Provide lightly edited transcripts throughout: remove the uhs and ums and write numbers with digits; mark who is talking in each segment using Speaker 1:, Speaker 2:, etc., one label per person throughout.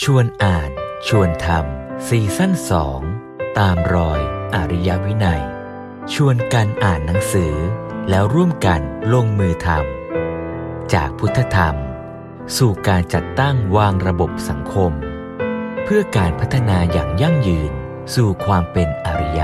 Speaker 1: ชวนอ่านชวนทำซีซั่น2ตามรอยอริยวินัยชวนกันอ่านหนังสือแล้วร่วมกันลงมือทำจากพุทธธรรมสู่การจัดตั้งวางระบบสังคมเพื่อการพัฒนาอย่างยั่งยืนสู่ความเป็นอริยะ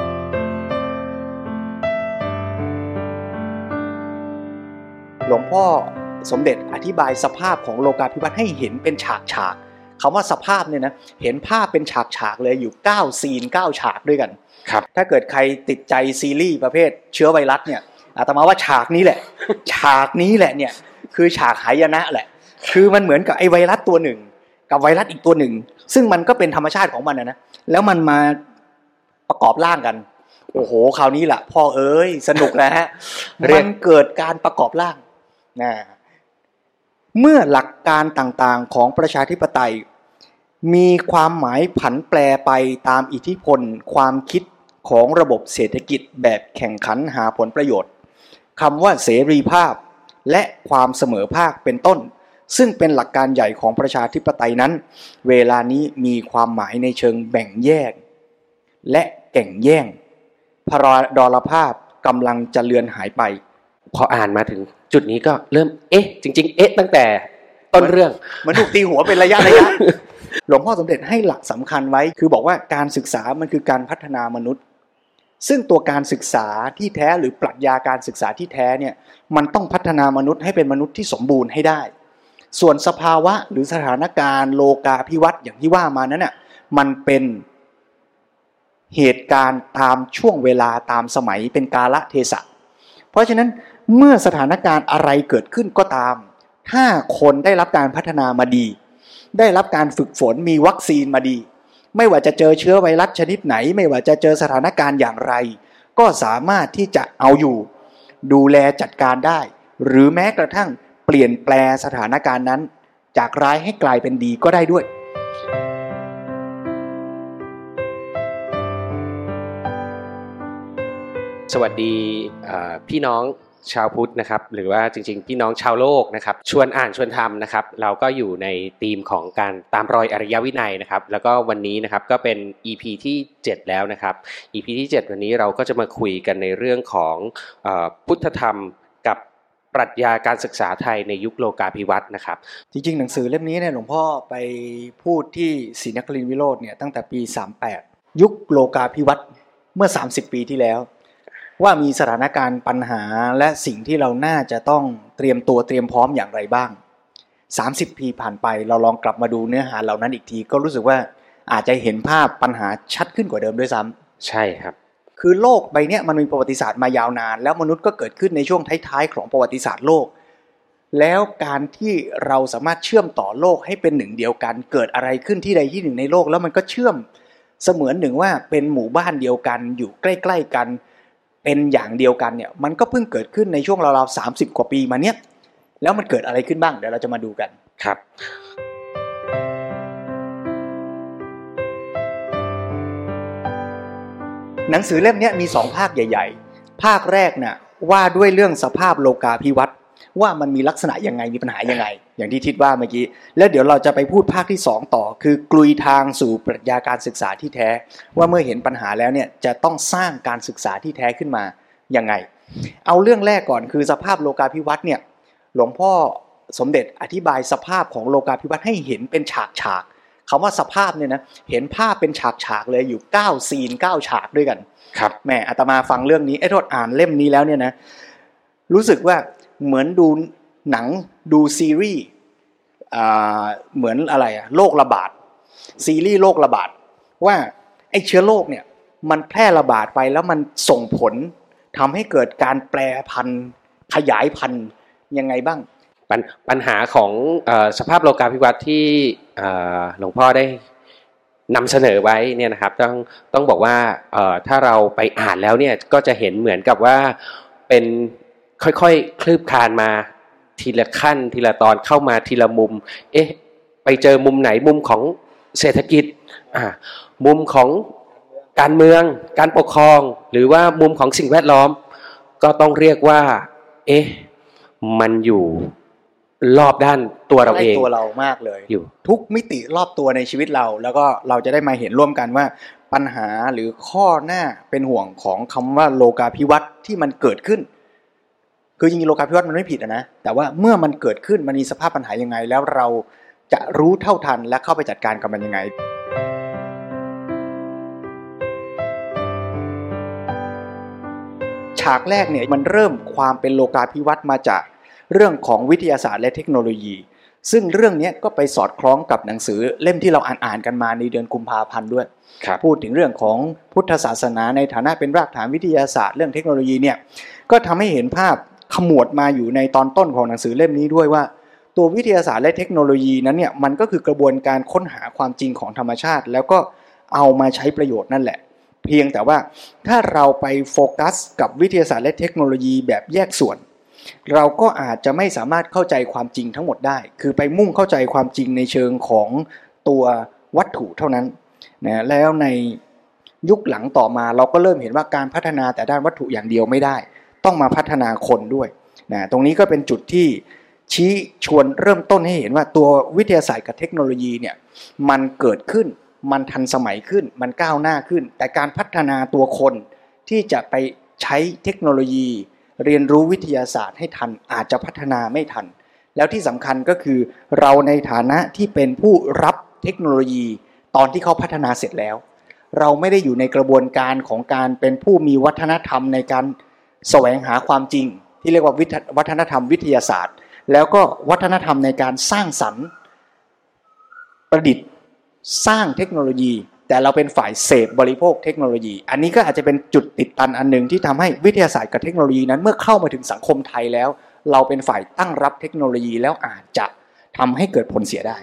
Speaker 2: หลวงพ่อสมเด็จอธิบายสภาพของโลกาภิวัตน์ให้เห็นเป็นฉากคำว่าสภาพเนี่ยนะเห็นภาพเป็นฉากเลยอยู่9ซีน9ฉากด้วยกันครับถ้าเกิดใครติดใจซีรีส์ประเภทเชื้อไวรัสเนี่ยอาตมาว่าฉากนี้แหละฉากนี้แหละเนี่ยคือฉากหายนะแหละคือมันเหมือนกับไอ้ไวรัสตัวหนึ่งกับไวรัสอีกตัวหนึ่งซึ่งมันก็เป็นธรรมชาติของมันนะแล้วมันมาประกอบร่างกันโอ้โหคราวนี้แหละพ่อเอ้ยสนุกนะฮะมันเกิดการประกอบร่างนะเมื่อหลักการต่างๆของประชาธิปไตยมีความหมายผันแปรไปตามอิทธิพลความคิดของระบบเศรษฐกิจแบบแข่งขันหาผลประโยชน์คำว่าเสรีภาพและความเสมอภาคเป็นต้นซึ่งเป็นหลักการใหญ่ของประชาธิปไตยนั้นเวลานี้มีความหมายในเชิงแบ่งแยกและแก่งแย่งพดรภาพกำลังจะเลือนหายไป
Speaker 3: พออ่านมาถึงจุดนี้ก็เริ่มจริงๆตั้งแต่ต้นเรื่อง
Speaker 2: มันถูกตีหัวเป็นระยะ หลวงพ่อสมเด็จให้หลักสำคัญไว้คือบอกว่าการศึกษามันคือการพัฒนามนุษย์ซึ่งตัวการศึกษาที่แท้หรือปรัชญาการศึกษาที่แท้เนี่ยมันต้องพัฒนามนุษย์ให้เป็นมนุษย์ที่สมบูรณ์ให้ได้ส่วนสภาวะหรือสถานการณ์โลกาภิวัตน์อย่างที่ว่ามานั้นน่ะมันเป็นเหตุการณ์ตามช่วงเวลาตามสมัยเป็นกาลเทศะเพราะฉะนั้นเมื่อสถานการณ์อะไรเกิดขึ้นก็ตามถ้าคนได้รับการพัฒนามาดีได้รับการฝึกฝนมีวัคซีนมาดีไม่ว่าจะเจอเชื้อไวรัสชนิดไหนไม่ว่าจะเจอสถานการณ์อย่างไรก็สามารถที่จะเอาอยู่ดูแลจัดการได้หรือแม้กระทั่งเปลี่ยนแปลงสถานการณ์นั้นจากร้ายให้กลายเป็นดีก็ได้ด้วย
Speaker 3: สวัสดีพี่น้องชาวพุทธนะครับหรือว่าจริงๆพี่น้องชาวโลกนะครับชวนอ่านชวนทำนะครับเราก็อยู่ในธีมของการตามรอยอริยวินัยนะครับแล้วก็วันนี้นะครับก็เป็น EP ที่7แล้วนะครับ EP ที่7วันนี้เราก็จะมาคุยกันในเรื่องของพุทธธรรมกับปรัชญาการศึกษาไทยในยุคโลกาภิวัตน์นะครับ
Speaker 2: จริงๆหนังสือเล่มนี้เนี่ยหลวงพ่อไปพูดที่ศรีนครินทร์วิโรจน์เนี่ยตั้งแต่ปี38ยุคโลกาภิวัตน์เมื่อ30ปีที่แล้วว่ามีสถานการณ์ปัญหาและสิ่งที่เราน่าจะต้องเตรียมตัวเตรียมพร้อมอย่างไรบ้าง30ปีผ่านไปเราลองกลับมาดูเนื้อหาเหล่านั้นอีกทีก็รู้สึกว่าอาจจะเห็นภาพปัญหาชัดขึ้นกว่าเดิมด้วยซ้
Speaker 3: ำใช่ครับ
Speaker 2: คือโลกใบนี้มันมีประวัติศาสตร์มายาวนานแล้วมนุษย์ก็เกิดขึ้นในช่วงท้ายๆของประวัติศาสตร์โลกแล้วการที่เราสามารถเชื่อมต่อโลกให้เป็นหนึ่งเดียวกันเกิดอะไรขึ้นที่ใดที่หนึ่งในโลกแล้วมันก็เชื่อมเสมือนหนึ่งว่าเป็นหมู่บ้านเดียวกันอยู่ใกล้ๆกันเป็นอย่างเดียวกันเนี่ยมันก็เพิ่งเกิดขึ้นในช่วงราวๆ30กว่าปีมาเนี้ยแล้วมันเกิดอะไรขึ้นบ้างเดี๋ยวเราจะมาดูกัน
Speaker 3: ครับ
Speaker 2: หนังสือเล่มนี้มี2ภาคใหญ่ๆภาคแรกน่ะว่าด้วยเรื่องสภาพโลกาภิวัตน์ว่ามันมีลักษณะยังไงมีปัญหายังไงอย่างที่ทิศว่าเมื่อกี้แล้วเดี๋ยวเราจะไปพูดภาคที่2ต่อคือกลุยทางสู่ปรัชญาการศึกษาที่แท้ว่าเมื่อเห็นปัญหาแล้วเนี่ยจะต้องสร้างการศึกษาที่แท้ขึ้นมายังไงเอาเรื่องแรกก่อนคือสภาพโลกาภิวัตน์เนี่ยหลวงพ่อสมเด็จอธิบายสภาพของโลกาภิวัตน์ให้เห็นเป็นฉากคำว่าสภาพเนี่ยนะเห็นภาพเป็นฉากเลยอยู่9ซีน9ฉากด้วยกัน
Speaker 3: ครับ
Speaker 2: แม่อาตมาฟังเรื่องนี้โทษอ่านเล่มนี้แล้วเนี่ยนะรู้สึกว่าเหมือนดูหนังดูซีรีส์เหมือนอะไรโรคระบาดซีรีส์โรคระบาดว่าไอ้เชื้อโรคเนี่ยมันแพร่ระบาดไปแล้วมันส่งผลทำให้เกิดการแปรพันธุ์ขยายพันธุ์ยังไงบ้าง
Speaker 3: ปัญหาของสภาพโลกาภิวัตน์ที่หลวงพ่อได้นำเสนอไว้เนี่ยนะครับต้องบอกว่าถ้าเราไปอ่านแล้วเนี่ยก็จะเห็นเหมือนกับว่าเป็นค่อยๆคลืบคลานมาทีละขั้นทีละตอนเข้ามาทีละมุมไปเจอมุมไหนมุมของเศรษฐกิจมุมของการเมืองการปกครองหรือว่ามุมของสิ่งแวดล้อมก็ต้องเรียกว่ามันอยู่รอบด้านตัวเราเอง
Speaker 2: ตัวเรามากเลย
Speaker 3: อยู่
Speaker 2: ทุกมิติรอบตัวในชีวิตเราแล้วก็เราจะได้มาเห็นร่วมกันว่าปัญหาหรือข้อหน้าเป็นห่วงของคำว่าโลกาภิวัตน์ที่มันเกิดขึ้นคือจริงๆโลกาภิวัตน์มันไม่ผิดนะแต่ว่าเมื่อมันเกิดขึ้นมันมีสภาพปัญหายังไงแล้วเราจะรู้เท่าทันและเข้าไปจัดการกับมันยังไงฉากแรกเนี่ยมันเริ่มความเป็นโลกาภิวัตน์มาจากเรื่องของวิทยาศาสตร์และเทคโนโลยีซึ่งเรื่องนี้ก็ไปสอดคล้องกับหนังสือเล่มที่เราอ่านกันมาในเดือนกุมภาพันธ์ด้วยพูดถึงเรื่องของพุทธศาสนาในฐานะเป็นรากฐานวิทยาศาสตร์เรื่องเทคโนโลยีเนี่ยก็ทำให้เห็นภาพขมวดมาอยู่ในตอนต้นของหนังสือเล่มนี้ด้วยว่าตัววิทยาศาสตร์และเทคโนโลยีนั้นเนี่ยมันก็คือกระบวนการค้นหาความจริงของธรรมชาติแล้วก็เอามาใช้ประโยชน์นั่นแหละเพียงแต่ว่าถ้าเราไปโฟกัสกับวิทยาศาสตร์และเทคโนโลยีแบบแยกส่วนเราก็อาจจะไม่สามารถเข้าใจความจริงทั้งหมดได้คือไปมุ่งเข้าใจความจริงในเชิงของตัววัตถุเท่านั้นนะแล้วในยุคหลังต่อมาเราก็เริ่มเห็นว่าการพัฒนาแต่ด้านวัตถุอย่างเดียวไม่ได้ต้องมาพัฒนาคนด้วยนะตรงนี้ก็เป็นจุดที่ชี้ชวนเริ่มต้นให้เห็นว่าตัววิทยาศาสตร์กับเทคโนโลยีเนี่ยมันเกิดขึ้นมันทันสมัยขึ้นมันก้าวหน้าขึ้นแต่การพัฒนาตัวคนที่จะไปใช้เทคโนโลยีเรียนรู้วิทยาศาสตร์ให้ทันอาจจะพัฒนาไม่ทันแล้วที่สำคัญก็คือเราในฐานะที่เป็นผู้รับเทคโนโลยีตอนที่เขาพัฒนาเสร็จแล้วเราไม่ได้อยู่ในกระบวนการของการเป็นผู้มีวัฒนธรรมในการแสวงหาความจริงที่เรียกว่าวัฒนธรรมวิทยาศาสตร์แล้วก็วัฒนธรรมในการสร้างสรรค์ประดิษฐ์สร้างเทคโนโลยีแต่เราเป็นฝ่ายเสพบริโภคเทคโนโลยีอันนี้ก็อาจจะเป็นจุดติดตันอันหนึ่งที่ทำให้วิทยาศาสตร์กับเทคโนโลยีนั้นเมื่อเข้ามาถึงสังคมไทยแล้วเราเป็นฝ่ายตั้งรับเทคโนโลยีแล้วอาจจะทำให้เกิดผลเสียได้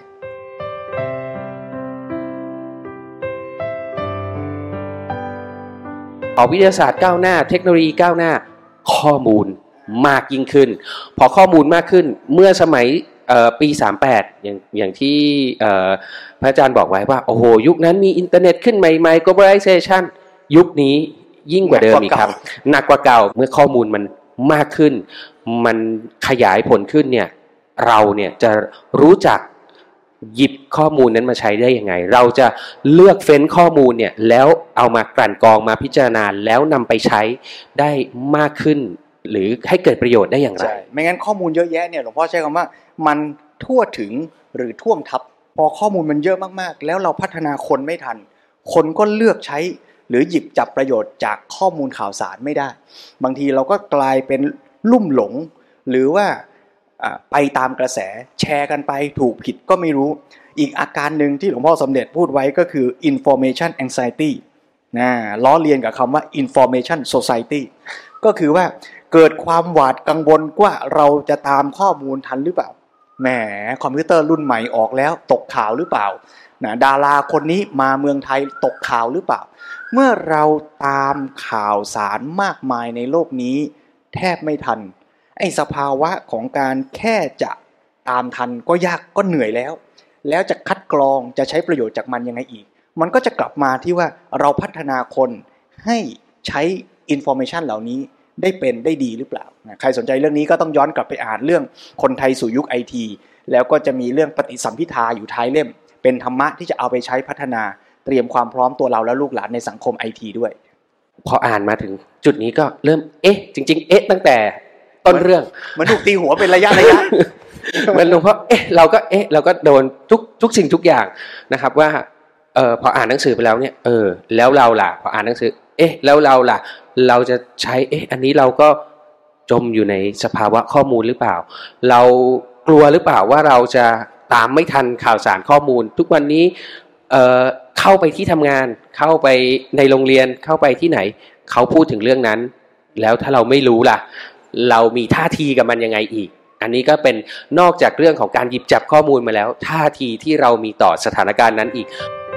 Speaker 3: วิทยาศาสตร์ก้าวหน้าเทคโนโลยีก้าวหน้าข้อมูลมากยิ่งขึ้นพอข้อมูลมากขึ้นเมื่อสมัยปี38อย่างที่พระอาจารย์บอกไว้ว่าโอ้โหยุคนั้นมีอินเทอร์เน็ตขึ้นใหม่ๆ globalization ยุคนี้ยิ่งกว่าเดิมอีกครับหนักกว่าเก่าเมื่อข้อมูลมันมากขึ้นมันขยายผลขึ้นเนี่ยเราเนี่ยจะรู้จักหยิบข้อมูลนั้นมาใช้ได้ยังไงเราจะเลือกเฟ้นข้อมูลเนี่ยแล้วเอามากลั่นกรองมาพิจารณาแล้วนำไปใช้ได้มากขึ้นหรือให้เกิดประโยชน์ได้อย่างไร
Speaker 2: ไม่งั้นข้อมูลเยอะแยะเนี่ยหลวงพ่อใช้คำว่ามันทั่วถึงหรือท่วมทับพอข้อมูลมันเยอะมากๆแล้วเราพัฒนาคนไม่ทันคนก็เลือกใช้หรือหยิบจับประโยชน์จากข้อมูลข่าวสารไม่ได้บางทีเราก็กลายเป็นลุ่มหลงหรือว่าไปตามกระแสแชร์กันไปถูกผิดก็ไม่รู้อีกอาการหนึ่งที่หลวงพ่อสมเด็จพูดไว้ก็คือ information anxiety ล้อเลียนกับคำว่า information society ก็คือว่าเกิดความหวาดกังวลว่าเราจะตามข้อมูลทันหรือเปล่าแหมคอมพิวเตอร์รุ่นใหม่ออกแล้วตกข่าวหรือเปล่าดาราคนนี้มาเมืองไทยตกข่าวหรือเปล่าเมื่อเราตามข่าวสารมากมายในโลกนี้แทบไม่ทันไอ้สภาวะของการแค่จะตามทันก็ยากก็เหนื่อยแล้วจะคัดกรองจะใช้ประโยชน์จากมันยังไงอีกมันก็จะกลับมาที่ว่าเราพัฒนาคนให้ใช้อินฟอร์เมชันเหล่านี้ได้เป็นได้ดีหรือเปล่าใครสนใจเรื่องนี้ก็ต้องย้อนกลับไปอ่านเรื่องคนไทยสู่ยุค IT แล้วก็จะมีเรื่องปฏิสัมพิทาอยู่ท้ายเล่มเป็นธรรมะที่จะเอาไปใช้พัฒนาเตรียมความพร้อมตัวเราและลูกหลานในสังคม IT ด้วย
Speaker 3: พออ่านมาถึงจุดนี้ก็เริ่มจริงๆตั้งแต่ต้นเรื่อง
Speaker 2: มันถูกตีหัวเป็นระยะ
Speaker 3: มันหลวงพ่อเราก็โดนทุกสิ่งทุกอย่างนะครับว่าพออ่านหนังสือไปแล้วเนี่ยแล้วเราล่ะพออ่านหนังสือแล้วเราล่ะเราจะใช้อันนี้เราก็จมอยู่ในสภาวะข้อมูลหรือเปล่าเรากลัวหรือเปล่าว่าเราจะตามไม่ทันข่าวสารข้อมูลทุกวันนี้เข้าไปที่ทำงานเข้าไปในโรงเรียนเข้าไปที่ไหนเขาพูดถึงเรื่องนั้นแล้วถ้าเราไม่รู้ล่ะเรามีท่าทีกับมันยังไงอีกอันนี้ก็เป็นนอกจากเรื่องของการหยิบจับข้อมูลมาแล้วท่าทีที่เรามีต่อสถานการณ์นั้นอีก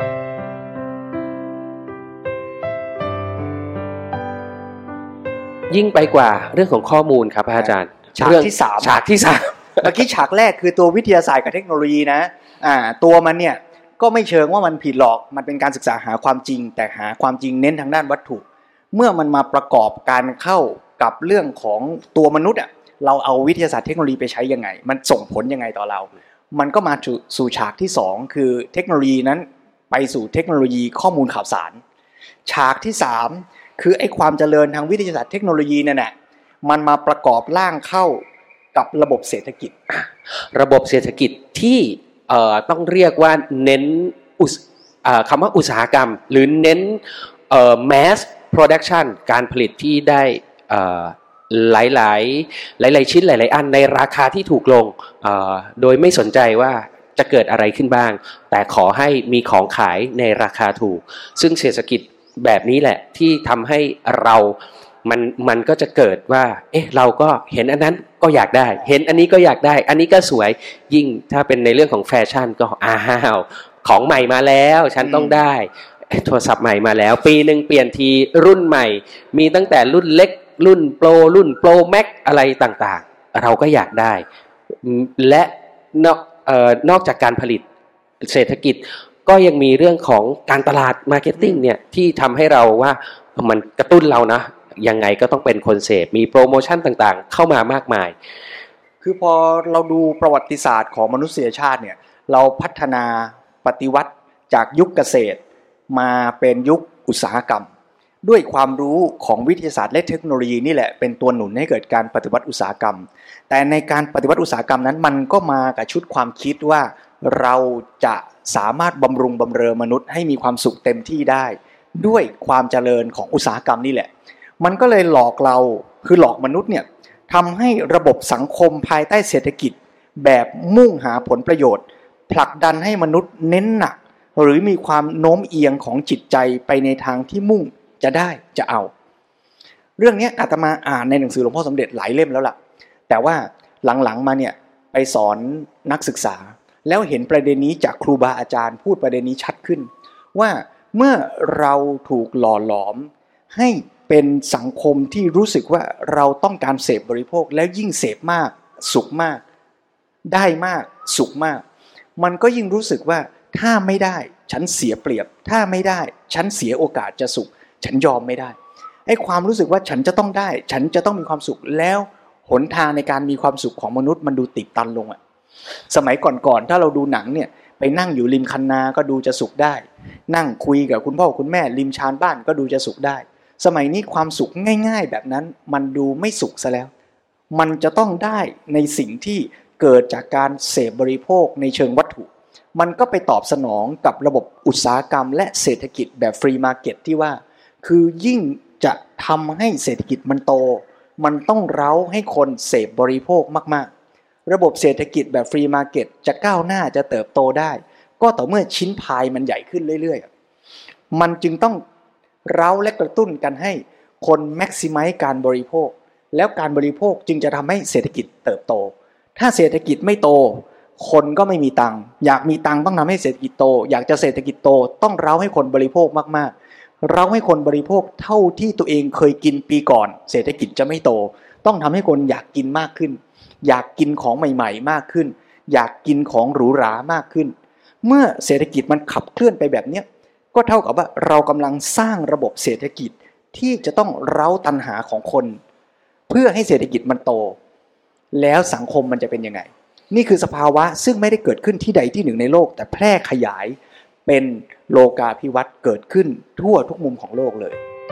Speaker 3: ยิ่งไปกว่าเรื่องของข้อมูลครับอาจารย์
Speaker 2: ฉากที่3เมื่อกี้ฉากแรกคือตัววิทยาศาสตร์กับเทคโนโลยีนะตัวมันเนี่ยก็ไม่เชิงว่ามันผิดหรอกมันเป็นการศึกษาหาความจริงแต่หาความจริงเน้นทางด้านวัตถุเมื่อมันมาประกอบการเข้ากับเรื่องของตัวมนุษย์เราเอาวิทยาศาสตร์เทคโนโลยีไปใช้ยังไงมันส่งผลยังไงต่อเรามันก็มาสู่ฉากที่2คือเทคโนโลยีนั้นไปสู่เทคโนโลยีข้อมูลข่าวสารฉากที่3คือไอ้ความเจริญทางวิทยาศาสตร์เทคโนโลยีนั่นแหละมันมาประกอบร่างเข้ากับระบบเศรษฐกิจ
Speaker 3: ระบบเศรษฐกิจที่ต้องเรียกว่าเน้นคำว่าอุตสาหกรรมหรือเน้นmass production การผลิตที่ได้หลายชิ้นหลายอันในราคาที่ถูกลงโดยไม่สนใจว่าจะเกิดอะไรขึ้นบ้างแต่ขอให้มีของขายในราคาถูกซึ่งเศรษฐกิจแบบนี้แหละที่ทำให้มันก็จะเกิดว่าเราก็เห็นอันนั้นก็อยากได้เห็นอันนี้ก็อยากได้อันนี้ก็สวยยิ่งถ้าเป็นในเรื่องของแฟชั่นก็ของใหม่มาแล้วฉันต้องได้โทรศัพท์ใหม่มาแล้วปีนึงเปลี่ยนทีรุ่นใหม่มีตั้งแต่รุ่นเล็กรุ่นโปรรุ่นโปรแม็กอะไรต่างๆเราก็อยากได้และนอกจากการผลิตเศรษฐกิจก็ยังมีเรื่องของการตลาดมาร์เก็ตติ้งเนี่ยที่ทำให้เราว่ามันกระตุ้นเรานะยังไงก็ต้องเป็นคนเสพมีโปรโมชั่นต่างๆเข้ามามากมาย
Speaker 2: คือพอเราดูประวัติศาสตร์ของมนุษยชาติเนี่ยเราพัฒนาปฏิวัติจากยุคเกษตรมาเป็นยุคอุตสาหกรรมด้วยความรู้ของวิทยาศาสตร์และเทคโนโลยีนี่แหละเป็นตัวหนุนให้เกิดการปฏิวัติอุตสาหกรรมแต่ในการปฏิวัติอุตสาหกรรมนั้นมันก็มากับชุดความคิดว่าเราจะสามารถบำรุงบำเรอมนุษย์ให้มีความสุขเต็มที่ได้ด้วยความเจริญของอุตสาหกรรมนี่แหละมันก็เลยหลอกเราคือหลอกมนุษย์เนี่ยทำให้ระบบสังคมภายใต้เศรษฐกิจแบบมุ่งหาผลประโยชน์ผลักดันให้มนุษย์เน้นหนักหรือมีความโน้มเอียงของจิตใจไปในทางที่มุ่งจะได้จะเอาเรื่องนี้อาตมาอ่านในหนังสือหลวงพ่อสมเด็จหลายเล่มแล้วล่ะแต่ว่าหลังๆมาเนี่ยไปสอนนักศึกษาแล้วเห็นประเด็นนี้จากครูบาอาจารย์พูดประเด็นนี้ชัดขึ้นว่าเมื่อเราถูกหล่อหลอมให้เป็นสังคมที่รู้สึกว่าเราต้องการเสพบริโภคแล้วยิ่งเสพมากสุขมากได้มากสุขมากมันก็ยิ่งรู้สึกว่าถ้าไม่ได้ฉันเสียเปรียบถ้าไม่ได้ฉันเสียโอกาสจะสุขฉันยอมไม่ได้ไอ้ความรู้สึกว่าฉันจะต้องได้ฉันจะต้องมีความสุขแล้วหนทางในการมีความสุขของมนุษย์มันดูติดตันลงอะสมัยก่อนๆถ้าเราดูหนังเนี่ยไปนั่งอยู่ริมคันนาก็ดูจะสุขได้นั่งคุยกับคุณพ่อคุณแม่ริมชานบ้านก็ดูจะสุขได้สมัยนี้ความสุขง่ายๆแบบนั้นมันดูไม่สุขซะแล้วมันจะต้องได้ในสิ่งที่เกิดจากการเสพบริโภคในเชิงวัตถุมันก็ไปตอบสนองกับระบบอุตสาหกรรมและเศรษฐกิจแบบฟรีมาร์เก็ตที่ว่าคือยิ่งจะทำให้เศรษฐกิจมันโตมันต้องเร้าให้คนเสพบริโภคมากๆระบบเศรษฐกิจแบบฟรีมาร์เก็ตจะก้าวหน้าจะเติบโตได้ก็ต่อเมื่อชิ้นพายมันใหญ่ขึ้นเรื่อยๆมันจึงต้องเร้าและกระตุ้นกันให้คนแม็กซิไมซ์การบริโภคแล้วการบริโภคจึงจะทำให้เศรษฐกิจเติบโตถ้าเศรษฐกิจไม่โตคนก็ไม่มีตังค์อยากมีตังค์ต้องทำให้เศรษฐกิจโตอยากจะเศรษฐกิจโตต้องเร้าให้คนบริโภคมากๆเร้าให้คนบริโภคเท่าที่ตัวเองเคยกินปีก่อนเศรษฐกิจจะไม่โตต้องทำให้คนอยากกินมากขึ้นอยากกินของใหม่ๆมากขึ้นอยากกินของหรูหรามากขึ้นเมื่อเศรษฐกิจมันขับเคลื่อนไปแบบนี้ก็เท่ากับว่าเรากำลังสร้างระบบเศรษฐกิจที่จะต้องเร้าตัณหาของคนเพื่อให้เศรษฐกิจมันโตแล้วสังคมมันจะเป็นยังไงนี่คือสภาวะซึ่งไม่ได้เกิดขึ้นที่ใดที่หนึ่งในโลกแต่แพร่ขยายเป็นโลกาภิวัตน์เกิดขึ้นทั่วทุกมุมของโลกเลย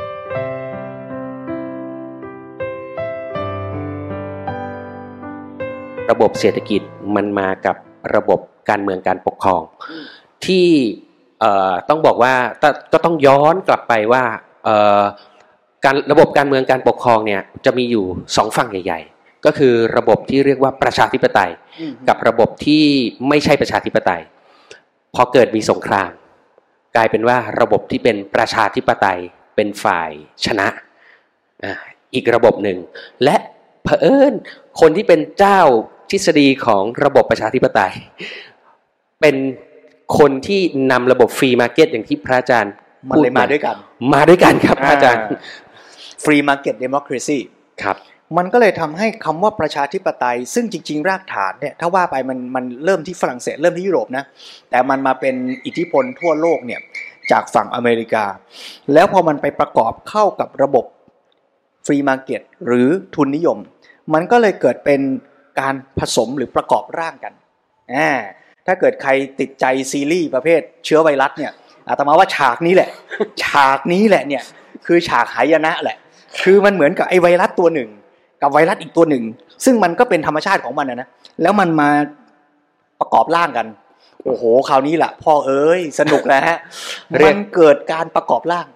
Speaker 3: ระบบเศรษฐกิจมันมากับระบบการเมืองการปกครองที่ต้องบอกว่าก็ต้องย้อนกลับไปว่าระบบการเมืองการปกครองเนี่ยจะมีอยู่2ฝั่งใหญ่ๆก็คือระบบที่เรียกว่าประชาธิปไตยกับระบบที่ไม่ใช่ประชาธิปไตยพอเกิดมีสงครามกลายเป็นว่าระบบที่เป็นประชาธิปไตยเป็นฝ่ายชนะอีกระบบหนึ่งและเผอิญคนที่เป็นเจ้าทฤษฎีของระบบประชาธิปไตยเป็นคนที่นำระบบฟรีมาร์เก็ตอย่างที่พระอาจารย์
Speaker 2: พูดมาด้วยกัน
Speaker 3: ครับพระอาจารย์
Speaker 2: ฟรีมาร์เก็ตเดโมคราซี
Speaker 3: ครับ
Speaker 2: มันก็เลยทำให้คำว่าประชาธิปไตยซึ่งจริงๆรากฐานเนี่ยถ้าว่าไปมันเริ่มที่ฝรั่งเศสเริ่มที่ยุโรปนะแต่มันมาเป็นอิทธิพลทั่วโลกเนี่ยจากฝั่งอเมริกาแล้วพอมันไปประกอบเข้ากับระบบฟรีมาร์เก็ตหรือทุนนิยมมันก็เลยเกิดเป็นการผสมหรือประกอบร่างกันถ้าเกิดใครติดใจซีรีส์ประเภทเชื้อไวรัสเนี่ยอาตมาว่าฉากนี้แหละฉากนี้แหละเนี่ยคือฉากหายนะแหละคือมันเหมือนกับไอ้ไวรัสตัวหนึ่งกับไวรัสอีกตัวหนึ่งซึ่งมันก็เป็นธรรมชาติของมันนะแล้วมันมาประกอบร่างกันโอ้โหคราวนี้แหละพ่อเอ้ยสนุกแล้วฮะมันเกิดการประกอบร่าง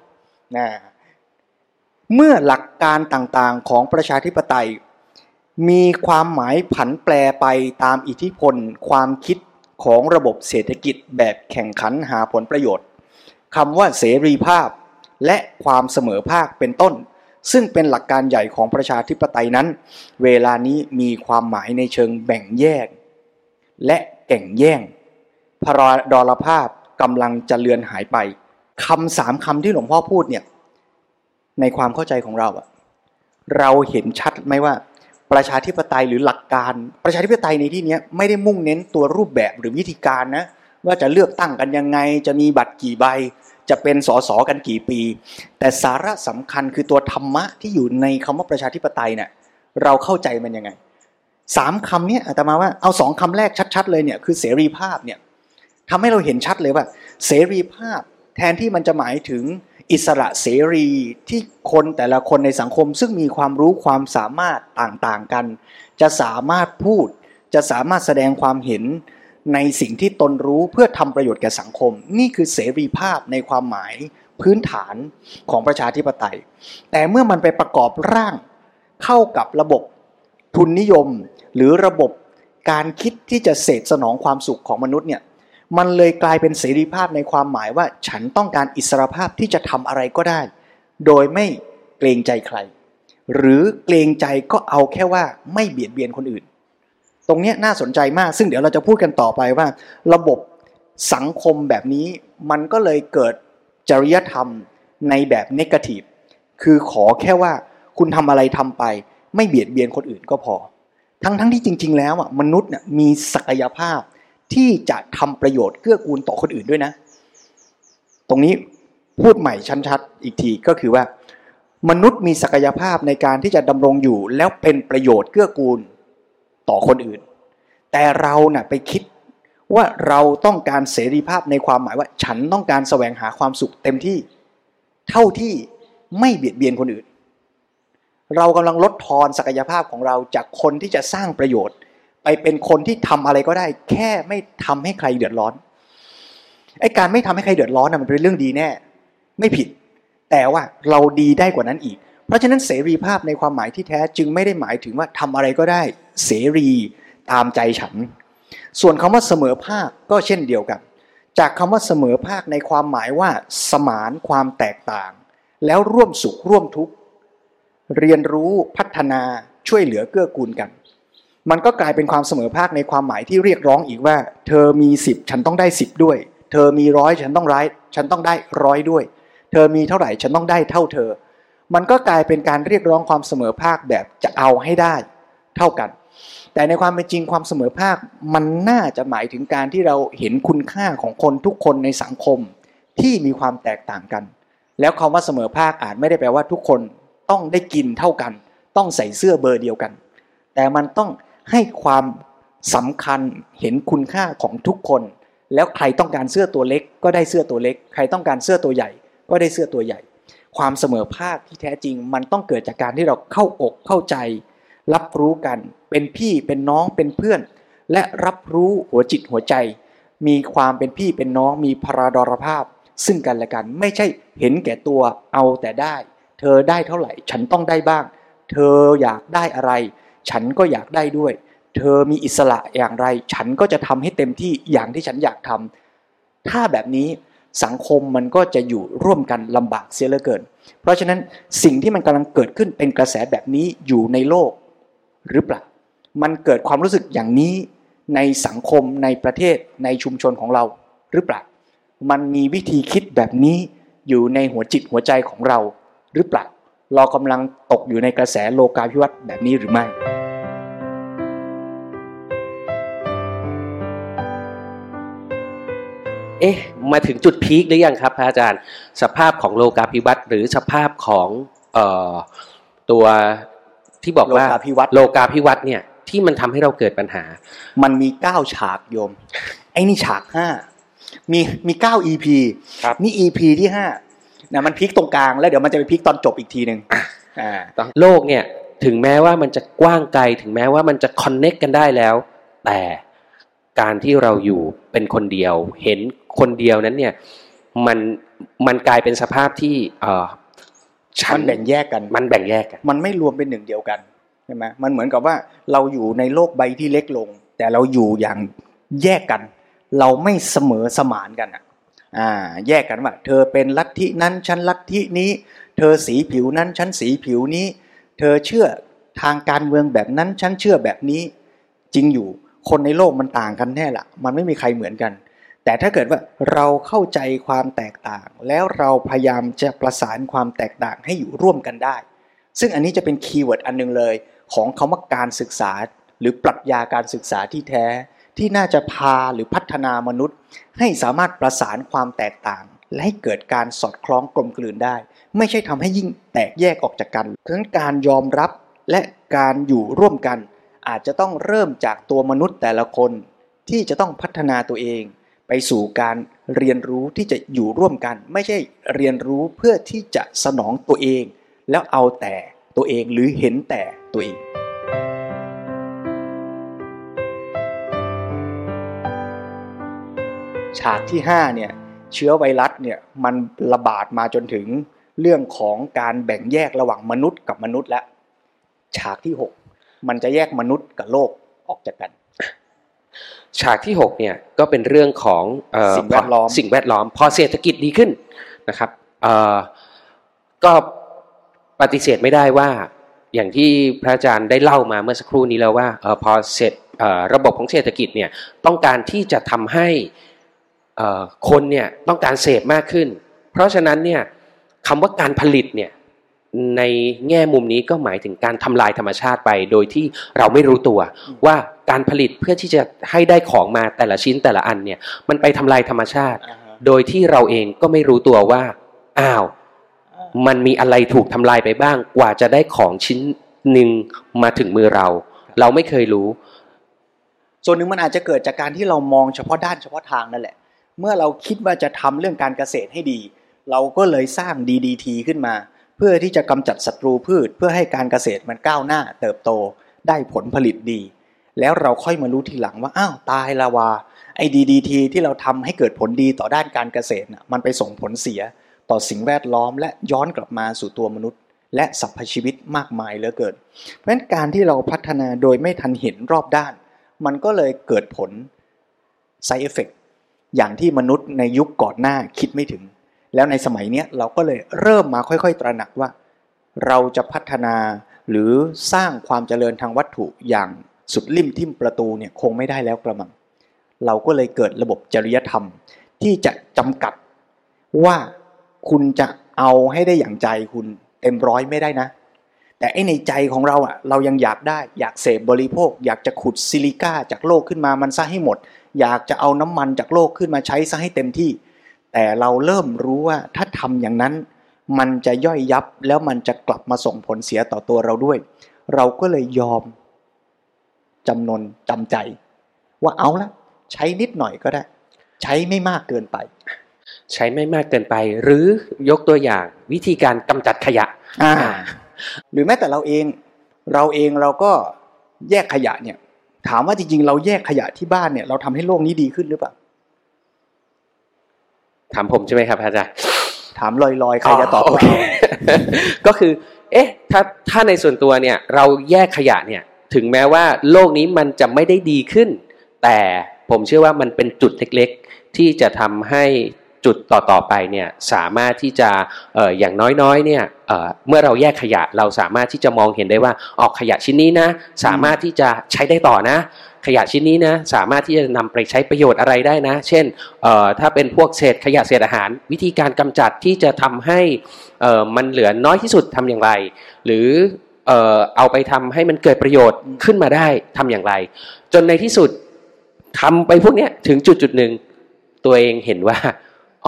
Speaker 2: เมื่อหลักการต่างๆของประชาธิปไตยมีความหมายผันแปรไปตามอิทธิพลความคิดของระบบเศรษฐกิจแบบแข่งขันหาผลประโยชน์คำว่าเสรีภาพและความเสมอภาคเป็นต้นซึ่งเป็นหลักการใหญ่ของประชาธิปไตยนั้นเวลานี้มีความหมายในเชิงแบ่งแยกและแก่งแย่งพราดรภาพกำลังจะเลือนหายไปคำ3 คำที่หลวงพ่อพูดเนี่ยในความเข้าใจของเราเราเห็นชัดไหมว่าประชาธิปไตยหรือหลักการประชาธิปไตยในที่นี้ไม่ได้มุ่งเน้นตัวรูปแบบหรือวิธีการนะว่าจะเลือกตั้งกันยังไงจะมีบัตรกี่ใบจะเป็นสสกันกี่ปีแต่สาระสำคัญคือตัวธรรมะที่อยู่ในคำว่าประชาธิปไตยเนี่ยเราเข้าใจมันยังไง3 คำนี้อาตมาว่าเอา2 คำแรกชัดๆเลยเนี่ยคือเสรีภาพเนี่ยทำให้เราเห็นชัดเลยว่าเสรีภาพแทนที่มันจะหมายถึงอิสระเสรีที่คนแต่ละคนในสังคมซึ่งมีความรู้ความสามารถต่างๆกันจะสามารถพูดจะสามารถแสดงความเห็นในสิ่งที่ตนรู้เพื่อทำประโยชน์แก่สังคมนี่คือเสรีภาพในความหมายพื้นฐานของประชาธิปไตยแต่เมื่อมันไปประกอบร่างเข้ากับระบบทุนนิยมหรือระบบการคิดที่จะเสพสนองความสุขของมนุษย์เนี่ยมันเลยกลายเป็นเสรีภาพในความหมายว่าฉันต้องการอิสรภาพที่จะทำอะไรก็ได้โดยไม่เกรงใจใครหรือเกรงใจก็เอาแค่ว่าไม่เบียดเบียนคนอื่นตรงนี้น่าสนใจมากซึ่งเดี๋ยวเราจะพูดกันต่อไปว่าระบบสังคมแบบนี้มันก็เลยเกิดจริยธรรมในแบบเนกาทีฟคือขอแค่ว่าคุณทำอะไรทำไปไม่เบียดเบียนคนอื่นก็พอทั้งที่จริงๆแล้วมนุษย์มีศักยภาพที่จะทำประโยชน์เกื้อกูลต่อคนอื่นด้วยนะตรงนี้พูดใหม่ชัดๆอีกทีก็คือว่ามนุษย์มีศักยภาพในการที่จะดำรงอยู่แล้วเป็นประโยชน์เกื้อกูลต่อคนอื่นแต่เราไปคิดว่าเราต้องการเสรีภาพในความหมายว่าฉันต้องการแสวงหาความสุขเต็มที่เท่าที่ไม่เบียดเบียนคนอื่นเรากำลังลดทอนศักยภาพของเราจากคนที่จะสร้างประโยชน์ไปเป็นคนที่ทำอะไรก็ได้แค่ไม่ทำให้ใครเดือดร้อนไอ้การไม่ทำให้ใครเดือดร้อนมันเป็นเรื่องดีแน่ไม่ผิดแต่ว่าเราดีได้กว่านั้นอีกเพราะฉะนั้นเสรีภาพในความหมายที่แท้จึงไม่ได้หมายถึงว่าทำอะไรก็ได้เสรีตามใจฉันส่วนคำว่าเสมอภาคก็เช่นเดียวกันจากคำว่าเสมอภาคในความหมายว่าสมานความแตกต่างแล้วร่วมสุขร่วมทุกข์เรียนรู้พัฒนาช่วยเหลือเกื้อกูลกันมันก็กลายเป็นความเสมอภาคในความหมายที่เรียกร้องอีกว่าเธอมี10ฉันต้องได้10ด้วยเธอมี100ฉันต้องได้100ด้วยเธอมีเท่าไหร่ฉันต้องได้เท่าเธอมันก็กลายเป็นการเรียกร้องความเสมอภาคแบบจะเอาให้ได้เท่ากันแต่ในความเป็นจริงความเสมอภาคมันน่าจะหมายถึงการที่เราเห็นคุณค่าของคนทุกคนในสังคมที่มีความแตกต่างกันแล้วคำว่าเสมอภาคอาจไม่ได้แปลว่าทุกคนต้องได้กินเท่ากันต้องใส่เสื้อเบอร์เดียวกันแต่มันต้องให้ความสำคัญเห็นคุณค่าของทุกคนแล้วใครต้องการเสื้อตัวเล็กก็ได้เสื้อตัวเล็กใครต้องการเสื้อตัวใหญ่ก็ได้เสื้อตัวใหญ่ความเสมอภาคที่แท้จริงมันต้องเกิดจากการที่เราเข้าอกเข้าใจรับรู้กันเป็นพี่เป็นน้องเป็นเพื่อนและรับรู้หัวจิตหัวใจมีความเป็นพี่เป็นน้องมีพราดรภาพซึ่งกันและกันไม่ใช่เห็นแก่ตัวเอาแต่ได้เธอได้เท่าไหร่ฉันต้องได้บ้างเธออยากได้อะไรฉันก็อยากได้ด้วยเธอมีอิสระอย่างไรฉันก็จะทำให้เต็มที่อย่างที่ฉันอยากทำถ้าแบบนี้สังคมมันก็จะอยู่ร่วมกันลำบากเสียเหลือเกินเพราะฉะนั้นสิ่งที่มันกำลังเกิดขึ้นเป็นกระแสแบบนี้อยู่ในโลกหรือเปล่ามันเกิดความรู้สึกอย่างนี้ในสังคมในประเทศในชุมชนของเราหรือเปล่ามันมีวิธีคิดแบบนี้อยู่ในหัวจิตหัวใจของเราหรือเปล่าเรากำลังตกอยู่ในกระแสโลกาภิวัตน์แบบนี้หรือไม่
Speaker 3: มาถึงจุดพีคหรือยังครับพระอาจารย์สภาพของโลกาภิวัตน์หรือสภาพของตัวที่บอกว่าโลกาภิวัตน์เนี่ยที่มันทำให้เราเกิดปัญหา
Speaker 2: มันมี9ฉากโยมไอ้นี่ฉาก5มี9 EP นี่ EP ที่5นะมันพลิกตรงกลางแล้วเดี๋ยวมันจะไปพลิกตอนจบอีกทีนึง
Speaker 3: โลกเนี่ยถึงแม้ว่ามันจะกว้างไกลถึงแม้ว่ามันจะคอนเนคกันได้แล้วแต่การที่เราอยู่เป็นคนเดียวเห็นคนเดียวนั้นเนี่ยมันกลายเป็นสภาพที่
Speaker 2: มันแบ่งแยกกันมันไม่รวมเป็นหนึ่งเดียวกันใช่ไหมมันเหมือนกับว่าเราอยู่ในโลกใบที่เล็กลงแต่เราอยู่อย่างแยกกันเราไม่เสมอสมานกันแยกกันว่าเธอเป็นลัทธินั้นฉันลัทธินี้เธอสีผิวนั้นฉันสีผิวนี้เธอเชื่อทางการเมืองแบบนั้นฉันเชื่อแบบนี้จริงอยู่คนในโลกมันต่างกันแน่ละมันไม่มีใครเหมือนกันแต่ถ้าเกิดว่าเราเข้าใจความแตกต่างแล้วเราพยายามจะประสานความแตกต่างให้อยู่ร่วมกันได้ซึ่งอันนี้จะเป็นคีย์เวิร์ดอันนึงเลยของคำว่าการศึกษาหรือปรัชญาการศึกษาที่แท้ที่น่าจะพาหรือพัฒนามนุษย์ให้สามารถประสานความแตกต่างและให้เกิดการสอดคล้องกลมกลืนได้ไม่ใช่ทำให้ยิ่งแตกแยกออกจากกันเพราะฉะนั้นการยอมรับและการอยู่ร่วมกันอาจจะต้องเริ่มจากตัวมนุษย์แต่ละคนที่จะต้องพัฒนาตัวเองไปสู่การเรียนรู้ที่จะอยู่ร่วมกันไม่ใช่เรียนรู้เพื่อที่จะสนองตัวเองแล้วเอาแต่ตัวเองหรือเห็นแต่ตัวเองฉากที่5เนี่ยเชื้อไวรัสเนี่ยมันระบาดมาจนถึงเรื่องของการแบ่งแยกระหว่างมนุษย์กับมนุษย์และฉากที่6มันจะแยกมนุษย์กับโลกออกจากกัน
Speaker 3: ฉากที่6เนี่ยก็เป็นเรื่องของสิ่งแวดล้อมพอเศรษฐกิจดีขึ้นนะครับก็ปฏิเสธไม่ได้ว่าอย่างที่พระอาจารย์ได้เล่ามาเมื่อสักครู่นี้แล้วว่าพอเสร็จระบบของเศรษฐกิจเนี่ยต้องการที่จะทำให้คนเนี่ยต้องการเสพมากขึ้นเพราะฉะนั้นเนี่ยคำว่าการผลิตเนี่ยในแง่มุมนี้ก็หมายถึงการทำลายธรรมชาติไปโดยที่เราไม่รู้ตัวว่าการผลิตเพื่อที่จะให้ได้ของมาแต่ละชิ้นแต่ละอันเนี่ยมันไปทำลายธรรมชาติโดยที่เราเองก็ไม่รู้ตัวว่ามันมีอะไรถูกทำลายไปบ้างกว่าจะได้ของชิ้นหนึ่งมาถึงมือเราไม่เคยรู้
Speaker 2: ส่วนหนึ่งมันอาจจะเกิดจากการที่เรามองเฉพาะด้านเฉพาะทางนั่นแหละเมื่อเราคิดว่าจะทำเรื่องการเกษตรให้ดีเราก็เลยสร้าง DDT ขึ้นมาเพื่อที่จะกำจัดศัตรูพืชเพื่อให้การเกษตรมันก้าวหน้าเติบโตได้ผลผลิตดีแล้วเราค่อยมารู้ทีหลังว่าตายละว่าไอ้ DDT ที่เราทำให้เกิดผลดีต่อด้านการเกษตรน่ะมันไปส่งผลเสียต่อสิ่งแวดล้อมและย้อนกลับมาสู่ตัวมนุษย์และสรรพชีวิตมากมายเหลือเกินเพราะฉะนั้นการที่เราพัฒนาโดยไม่ทันเห็นรอบด้านมันก็เลยเกิดผล side effect อย่างที่มนุษย์ในยุคก่อนหน้าคิดไม่ถึงแล้วในสมัยนี้เราก็เลยเริ่มมาค่อยๆตระหนักว่าเราจะพัฒนาหรือสร้างความเจริญทางวัตถุอย่างสุดลิ่มทิ่มประตูเนี่ยคงไม่ได้แล้วกระมังเราก็เลยเกิดระบบจริยธรรมที่จะจำกัดว่าคุณจะเอาให้ได้อย่างใจคุณเต็มร้อยไม่ได้นะแต่ไอ้ในใจของเราเรายังอยากได้อยากเสพบริโภคอยากจะขุดซิลิก้าจากโลกขึ้นมามันซะให้หมดอยากจะเอาน้ำมันจากโลกขึ้นมาใช้ซะให้เต็มที่แต่เราเริ่มรู้ว่าถ้าทำอย่างนั้นมันจะย่อยยับแล้วมันจะกลับมาส่งผลเสียต่อตัวเราด้วยเราก็เลยยอมจำนนจำใจว่าเอาละใช้นิดหน่อยก็ได้ใช้ไม่มากเกินไป
Speaker 3: ใช้ไม่มากเกินไปหรือยกตัวอย่างวิธีการกำจัดขยะ
Speaker 2: หรือแม้แต่เราเองเราก็แยกขยะเนี่ยถามว่าจริงๆเราแยกขยะที่บ้านเนี่ยเราทำให้โลกนี้ดีขึ้นหรือเปล่า
Speaker 3: ถามผมใช่ไหมครับอาจารย์
Speaker 2: ถามลอยๆใครจะตอบ
Speaker 3: ก็คือถ้าในส่วนตัวเนี่ยเราแยกขยะเนี่ยถึงแม้ว่าโลกนี้มันจะไม่ได้ดีขึ้นแต่ผมเชื่อว่ามันเป็นจุดเล็กๆที่จะทำให้จุดต่อไปเนี่ยสามารถที่จะอย่างน้อยๆเนี่ยเมื่อเราแยกขยะเราสามารถที่จะมองเห็นได้ว่าขยะชิ้นนี้นะสามารถที่จะใช้ได้ต่อนะขยะชิ้นนี้นะสามารถที่จะนำไปใช้ประโยชน์อะไรได้นะเช่นถ้าเป็นพวกเศษขยะเศษอาหารวิธีการกำจัดที่จะทำให้มันเหลือน้อยที่สุดทำอย่างไรหรือเอาไปทำให้มันเกิดประโยชน์ขึ้นมาได้ทำอย่างไรจนในที่สุดทำไปพวกนี้ถึงจุดหนึ่งตัวเองเห็นว่า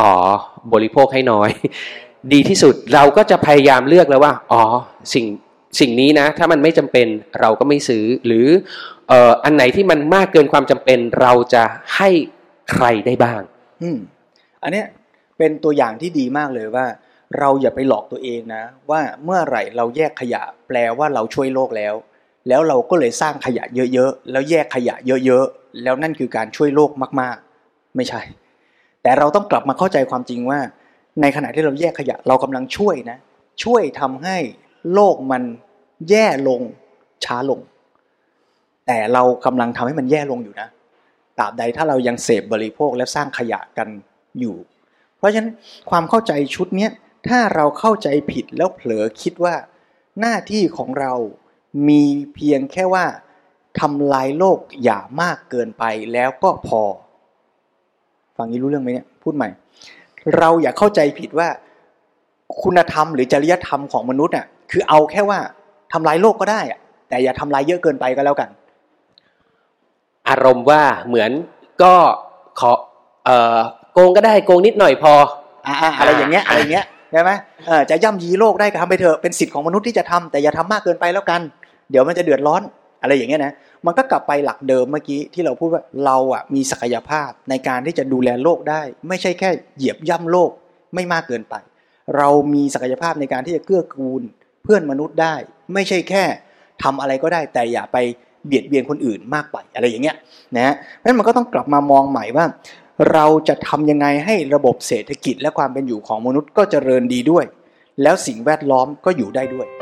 Speaker 3: บริโภคให้น้อยดีที่สุดเราก็จะพยายามเลือกแล้วว่าสิ่งสิ่งนี้นะถ้ามันไม่จำเป็นเราก็ไม่ซื้อหรืออันไหนที่มันมากเกินความจำเป็นเราจะให้ใครได้บ้าง
Speaker 2: อันเนี้ยเป็นตัวอย่างที่ดีมากเลยว่าเราอย่าไปหลอกตัวเองนะว่าเมื่อไหร่เราแยกขยะแปลว่าเราช่วยโลกแล้วเราก็เลยสร้างขยะเยอะๆแล้วแยกขยะเยอะๆแล้วนั่นคือการช่วยโลกมากๆไม่ใช่แต่เราต้องกลับมาเข้าใจความจริงว่าในขณะที่เราแยกขยะเรากำลังช่วยนะช่วยทำให้โลกมันแย่ลงช้าลงแต่เรากำลังทำให้มันแย่ลงอยู่นะตราบใดถ้าเรายังเสพบริโภคและสร้างขยะกันอยู่เพราะฉะนั้นความเข้าใจชุดนี้ถ้าเราเข้าใจผิดแล้วเผลอคิดว่าหน้าที่ของเรามีเพียงแค่ว่าทำลายโลกอย่ามากเกินไปแล้วก็พอฟังนี้รู้เรื่องไหมเนี่ยพูดใหม่เราอย่าเข้าใจผิดว่าคุณธรรมหรือจริยธรรมของมนุษย์อ่ะคือเอาแค่ว่าทำลายโลกก็ได้อ่ะแต่อย่าทำลายเยอะเกินไปก็แล้วกัน
Speaker 3: อารมณ์ว่าเหมือนก็ขอโกงก็ได้โกงนิดหน่อยพอ
Speaker 2: อะไรอย่างเงี้ยใช่ไหมจะย่ำยีโลกได้ก็ทำไปเถอะเป็นสิทธิ์ของมนุษย์ที่จะทำแต่อย่าทำมากเกินไปแล้วกันเดี๋ยวมันจะเดือดร้อนอะไรอย่างเงี้ยนะมันก็กลับไปหลักเดิมเมื่อกี้ที่เราพูดว่าเราอ่ะมีศักยภาพในการที่จะดูแลโลกได้ไม่ใช่แค่เหยียบย่ำโลกไม่มากเกินไปเรามีศักยภาพในการที่จะเกื้อกูลเพื่อนมนุษย์ได้ไม่ใช่แค่ทำอะไรก็ได้แต่อย่าไปเบียดเบียนคนอื่นมากไปอะไรอย่างเงี้ยนะนั้นมันก็ต้องกลับมามองใหม่ว่าเราจะทำยังไงให้ระบบเศรษฐกิจและความเป็นอยู่ของมนุษย์ก็เจริญดีด้วยแล้วสิ่งแวดล้อมก็อยู่ได้ด้วย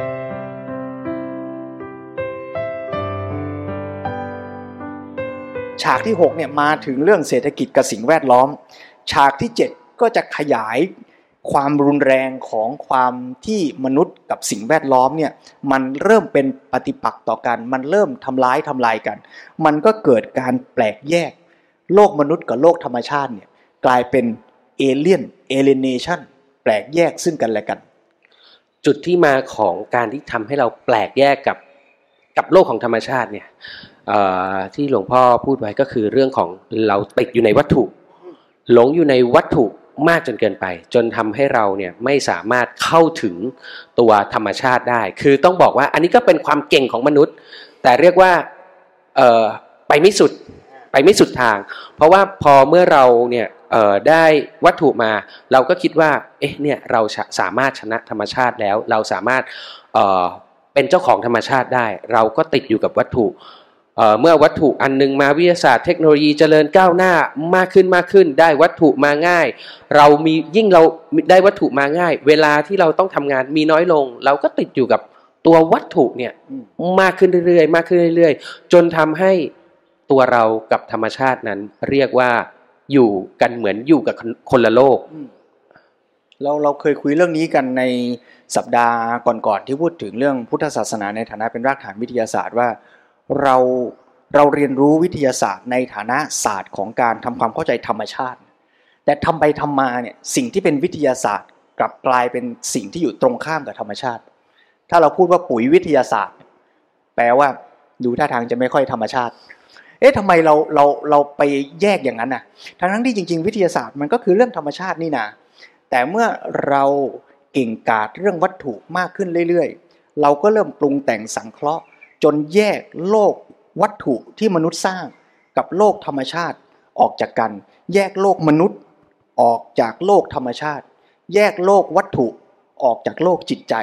Speaker 2: ฉากที่6เนี่ยมาถึงเรื่องเศรษฐกิจกับสิ่งแวดล้อมฉากที่7ก็จะขยายความรุนแรงของความที่มนุษย์กับสิ่งแวดล้อมเนี่ยมันเริ่มเป็นปฏิปักษ์ต่อกันมันเริ่มทำลายกันมันก็เกิดการแปลกแยกโลกมนุษย์กับโลกธรรมชาติเนี่ยกลายเป็นเอเลียนเนชั่นแปลกแยกซึ่งกันและกัน
Speaker 3: จุดที่มาของการที่ทำให้เราแปลกแยกกับโลกของธรรมชาติเนี่ยที่หลวงพ่อพูดไว้ก็คือเรื่องของเราติดอยู่ในวัตถุหลงอยู่ในวัตถุมากจนเกินไปจนทำให้เราเนี่ยไม่สามารถเข้าถึงตัวธรรมชาติได้คือต้องบอกว่าอันนี้ก็เป็นความเก่งของมนุษย์แต่เรียกว่าไปไม่สุดทางเพราะว่าพอเมื่อเราเนี่ยได้วัตถุมาเราก็คิดว่าเนี่ยเราสามารถชนะธรรมชาติแล้วเราสามารถเป็นเจ้าของธรรมชาติได้เราก็ติดอยู่กับวัตถุเมื่อวัตถุอันนึงมาวิทยาศาสตร์เทคโนโลยีเจริญก้าวหน้ามากขึ้นได้วัตถุมาง่ายเราได้วัตถุมาง่ายเวลาที่เราต้องทำงานมีน้อยลงเราก็ติดอยู่กับตัววัตถุเนี่ยมากขึ้นเรื่อยๆจนทำให้ตัวเรากับธรรมชาตินั้นเรียกว่าอยู่กันเหมือนอยู่กับคนละโลก
Speaker 2: เราเคยคุยเรื่องนี้กันในสัปดาห์ก่อนๆที่พูดถึงเรื่องพุทธศาสนาในฐานะเป็นรากฐานวิทยาศาสตร์ว่าเราเรียนรู้วิทยาศาสตร์ในฐานะศาสตร์ของการทำความเข้าใจธรรมชาติแต่ทำไปทำมาเนี่ยสิ่งที่เป็นวิทยาศาสตร์กลับกลายเป็นสิ่งที่อยู่ตรงข้ามกับธรรมชาติถ้าเราพูดว่าปุ๋ยวิทยาศาสตร์แปลว่าดูท่าทางจะไม่ค่อยธรรมชาติทำไมเราไปแยกอย่างนั้นน่ะทั้งที่จริงๆวิทยาศาสตร์มันก็คือเรื่องธรรมชาตินี่นะแต่เมื่อเราเก่งกาจเรื่องวัตถุมากขึ้นเรื่อยๆเราก็เริ่มปรุงแต่งสังเคราะห์จนแยกโลกวัตถุที่มนุษย์สร้างกับโลกธรรมชาติออกจากกันแยกโลกมนุษย์ออกจากโลกธรรมชาติแยกโลกวัตถุออกจากโลกจิตใจ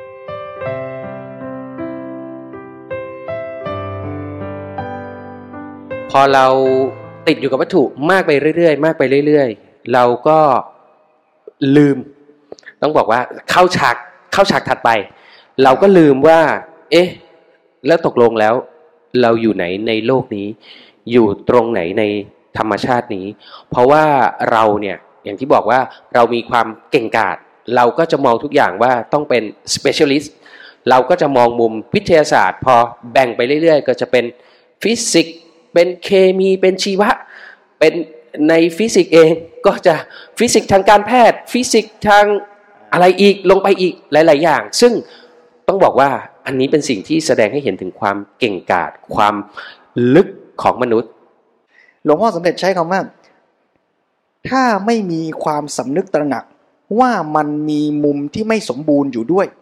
Speaker 3: พอเราติดอยู่กับวัตถุมากไปเรื่อยๆเราก็ลืมต้องบอกว่าเข้าฉากถัดไปเราก็ลืมว่าแล้วตกลงแล้วเราอยู่ไหนในโลกนี้อยู่ตรงไหนในธรรมชาตินี้เพราะว่าเราเนี่ยอย่างที่บอกว่าเรามีความเก่งกาจเราก็จะมองทุกอย่างว่าต้องเป็น specialist เราก็จะมองมุมวิทยาศาสตร์พอแบ่งไปเรื่อยๆก็จะเป็นฟิสิกส์เป็นเคมีเป็นชีวะเป็นในฟิสิกส์เองก็จะฟิสิกส์ทางการแพทย์ฟิสิกส์ทางอะไรอีกลงไปอีกหลายๆอย่างซึ่งต้องบอกว่าอันนี้เป็นสิ่งที่แสดงให้เห็นถึงความเก่งกาจความลึกของมนุษย์
Speaker 2: หลวงพ่อสมเด็จใช้คำว่าถ้าไม่มีความสำนึกตระหนักว่ามันมีมุมที่ไม่สมบูรณ์อยู่ด้วย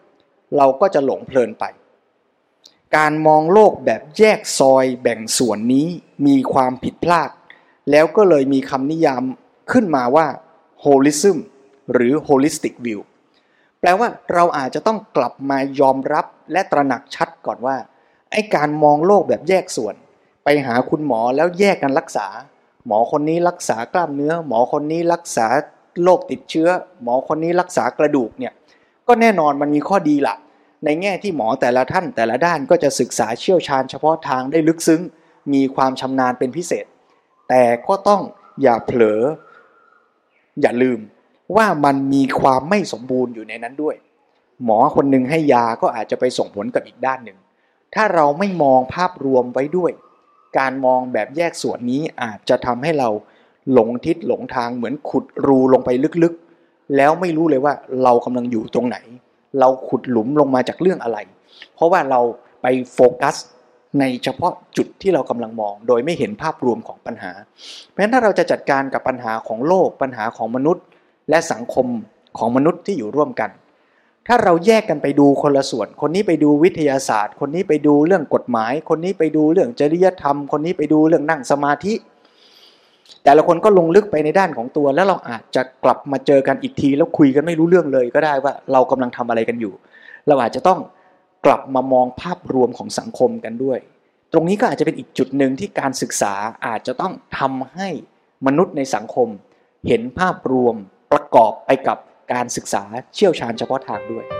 Speaker 2: เราก็จะหลงเพลินไปการมองโลกแบบแยกซอยแบ่งส่วนนี้มีความผิดพลาดแล้วก็เลยมีคำนิยามขึ้นมาว่า holism หรือ holistic view แปลว่าเราอาจจะต้องกลับมายอมรับและตระหนักชัดก่อนว่าไอ้การมองโลกแบบแยกส่วนไปหาคุณหมอแล้วแยกกันรักษาหมอคนนี้รักษากล้ามเนื้อหมอคนนี้รักษาโรคติดเชื้อหมอคนนี้รักษากระดูกเนี่ยก็แน่นอนมันมีข้อดีล่ะในแง่ที่หมอแต่ละท่านแต่ละด้านก็จะศึกษาเชี่ยวชาญเฉพาะทางได้ลึกซึ้งมีความชำนาญเป็นพิเศษแต่ก็ต้องอย่าเผลออย่าลืมว่ามันมีความไม่สมบูรณ์อยู่ในนั้นด้วยหมอคนหนึ่งให้ยาก็อาจจะไปส่งผลกับอีกด้านหนึ่งถ้าเราไม่มองภาพรวมไว้ด้วยการมองแบบแยกส่วนนี้อาจจะทำให้เราหลงทิศหลงทางเหมือนขุดรูลงไปลึกๆแล้วไม่รู้เลยว่าเรากำลังอยู่ตรงไหนเราขุดหลุมลงมาจากเรื่องอะไรเพราะว่าเราไปโฟกัสในเฉพาะจุดที่เรากำลังมองโดยไม่เห็นภาพรวมของปัญหาเพราะฉะนั้นถ้าเราจะจัดการกับปัญหาของโลกปัญหาของมนุษย์และสังคมของมนุษย์ที่อยู่ร่วมกันถ้าเราแยกกันไปดูคนละส่วนคนนี้ไปดูวิทยาศาสตร์คนนี้ไปดูเรื่องกฎหมายคนนี้ไปดูเรื่องจริยธรรมคนนี้ไปดูเรื่องนั่งสมาธิแต่ละคนก็ลงลึกไปในด้านของตัวแล้วเราอาจจะกลับมาเจอกันอีกทีแล้วคุยกันไม่รู้เรื่องเลยก็ได้ว่าเรากำลังทำอะไรกันอยู่เราอาจจะต้องกลับมามองภาพรวมของสังคมกันด้วยตรงนี้ก็อาจจะเป็นอีกจุดหนึ่งที่การศึกษาอาจจะต้องทำให้มนุษย์ในสังคมเห็นภาพรวมประกอบไปกับการศึกษาเชี่ยวชาญเฉพาะทางด้วย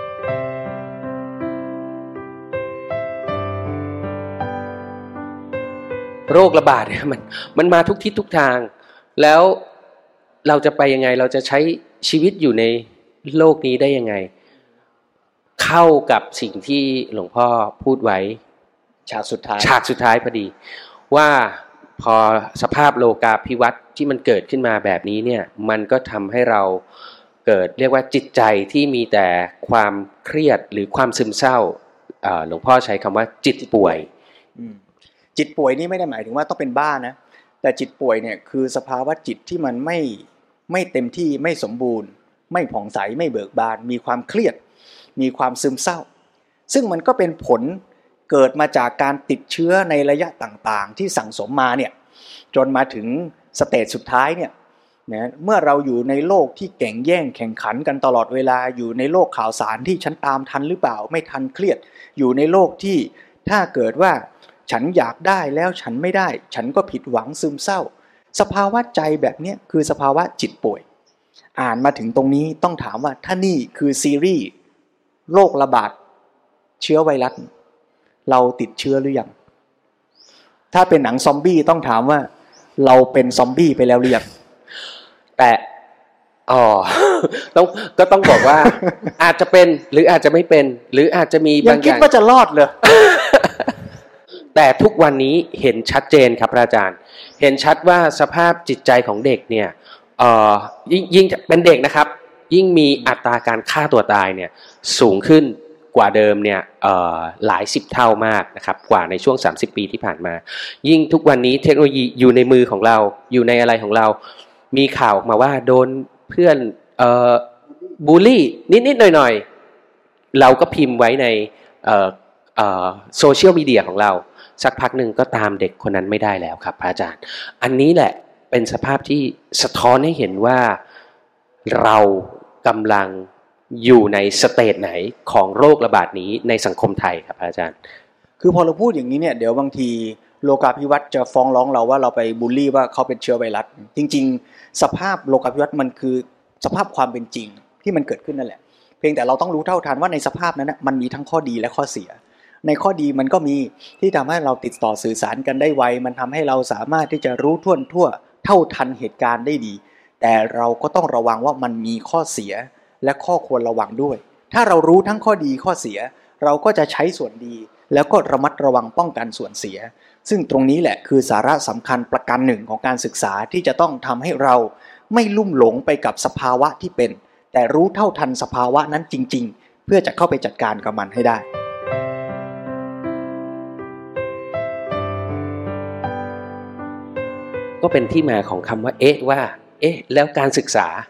Speaker 3: โรคระบาดเนี่ยมันมาทุกทิศทุกทางแล้วเราจะไปยังไงเราจะใช้ชีวิตอยู่ในโลกนี้ได้ยังไงเข้ากับสิ่งที่หลวงพ่อพูดไว้ฉากสุดท้ายพอดีว่าพอสภาพโลกาภิวัตน์ที่มันเกิดขึ้นมาแบบนี้เนี่ยมันก็ทำให้เราเกิดเรียกว่าจิตใจที่มีแต่ความเครียดหรือความซึมเศร้าหลวงพ่อใช้คำว่าจิตป่วย
Speaker 2: จิตป่วยนี่ไม่ได้หมายถึงว่าต้องเป็นบ้านะแต่จิตป่วยเนี่ยคือสภาวะจิตที่มันไม่เต็มที่ไม่สมบูรณ์ไม่ผ่องใสไม่เบิกบานมีความเครียดมีความซึมเศร้าซึ่งมันก็เป็นผลเกิดมาจากการติดเชื้อในระยะต่างๆที่สั่งสมมาเนี่ยจนมาถึงสเตจสุดท้ายเนี่ยนะเมื่อเราอยู่ในโลกที่แข่งแย่งแข่งขันกันตลอดเวลาอยู่ในโลกข่าวสารที่ฉันตามทันหรือเปล่าไม่ทันเครียดอยู่ในโลกที่ถ้าเกิดว่าฉันอยากได้แล้วฉันไม่ได้ฉันก็ผิดหวังซึมเศร้าสภาวะใจแบบนี้คือสภาวะจิตป่วยอ่านมาถึงตรงนี้ต้องถามว่าถ้านี่คือซีรีส์โรคระบาดเชื้อไวรัสเราติดเชื้อหรือยังถ้าเป็นหนังซอมบี้ต้องถามว่าเราเป็นซอมบี้ไปแล้วหรือยัง
Speaker 3: แต่ก็ต้องบอกว่า อาจจะเป็นหรืออาจจะไม่เป็นหรืออาจจะมีบางอย่าง
Speaker 2: ยังคิดว่าจะรอดเลย
Speaker 3: แต่ทุกวันนี้เห็นชัดเจนครับอาจารย์เห็นชัดว่าสภาพจิตใจของเด็กเนี่ยยิ่งเป็นเด็กนะครับยิ่งมีอัตราการฆ่าตัวตายเนี่ยสูงขึ้นกว่าเดิมเนี่ยหลาย10เท่ามากนะครับกว่าในช่วง30ปีที่ผ่านมายิ่งทุกวันนี้เทคโนโลยีอยู่ในมือของเราอยู่ในอะไรของเรามีข่าวออกมาว่าโดนเพื่อนบูลลี่นิดๆหน่อยๆเราก็พิมพ์ไว้ในโซเชียลมีเดียของเราสักพักหนึ่งก็ตามเด็กคนนั้นไม่ได้แล้วครับพระอาจารย์อันนี้แหละเป็นสภาพที่สะท้อนให้เห็นว่าเรากำลังอยู่ในสเตจไหนของโรคระบาดนี้ในสังคมไทยครับอาจารย์
Speaker 2: คือพอเราพูดอย่างนี้เนี่ยเดี๋ยวบางทีโลกาภิวัตน์จะฟ้องร้องเราว่าเราไปบูลลี่ว่าเขาเป็นเชื้อไวรัสจริงๆสภาพโลกาภิวัตน์มันคือสภาพความเป็นจริงที่มันเกิดขึ้นนั่นแหละเพียงแต่เราต้องรู้เท่าทันว่าในสภาพนั้นนะมันมีทั้งข้อดีและข้อเสียในข้อดีมันก็มีที่ทำให้เราติดต่อสื่อสารกันได้ไวมันทำให้เราสามารถที่จะรู้ทั่วเท่าทันเหตุการณ์ได้ดีแต่เราก็ต้องระวังว่ามันมีข้อเสียและข้อควรระวังด้วยถ้าเรารู้ทั้งข้อดีข้อเสียเราก็จะใช้ส่วนดีแล้วก็ระมัดระวังป้องกันส่วนเสียซึ่งตรงนี้แหละคือสาระสำคัญประการหนึ่งของการศึกษาที่จะต้องทำให้เราไม่ลุ่มหลงไปกับสภาวะที่เป็นแต่รู้เท่าทันสภาวะนั้นจริงๆเพื่อจะเข้าไปจัดการกับมันให้ได้ก็เป็นที่มาของคำว่าว่าแล้วการศึกษา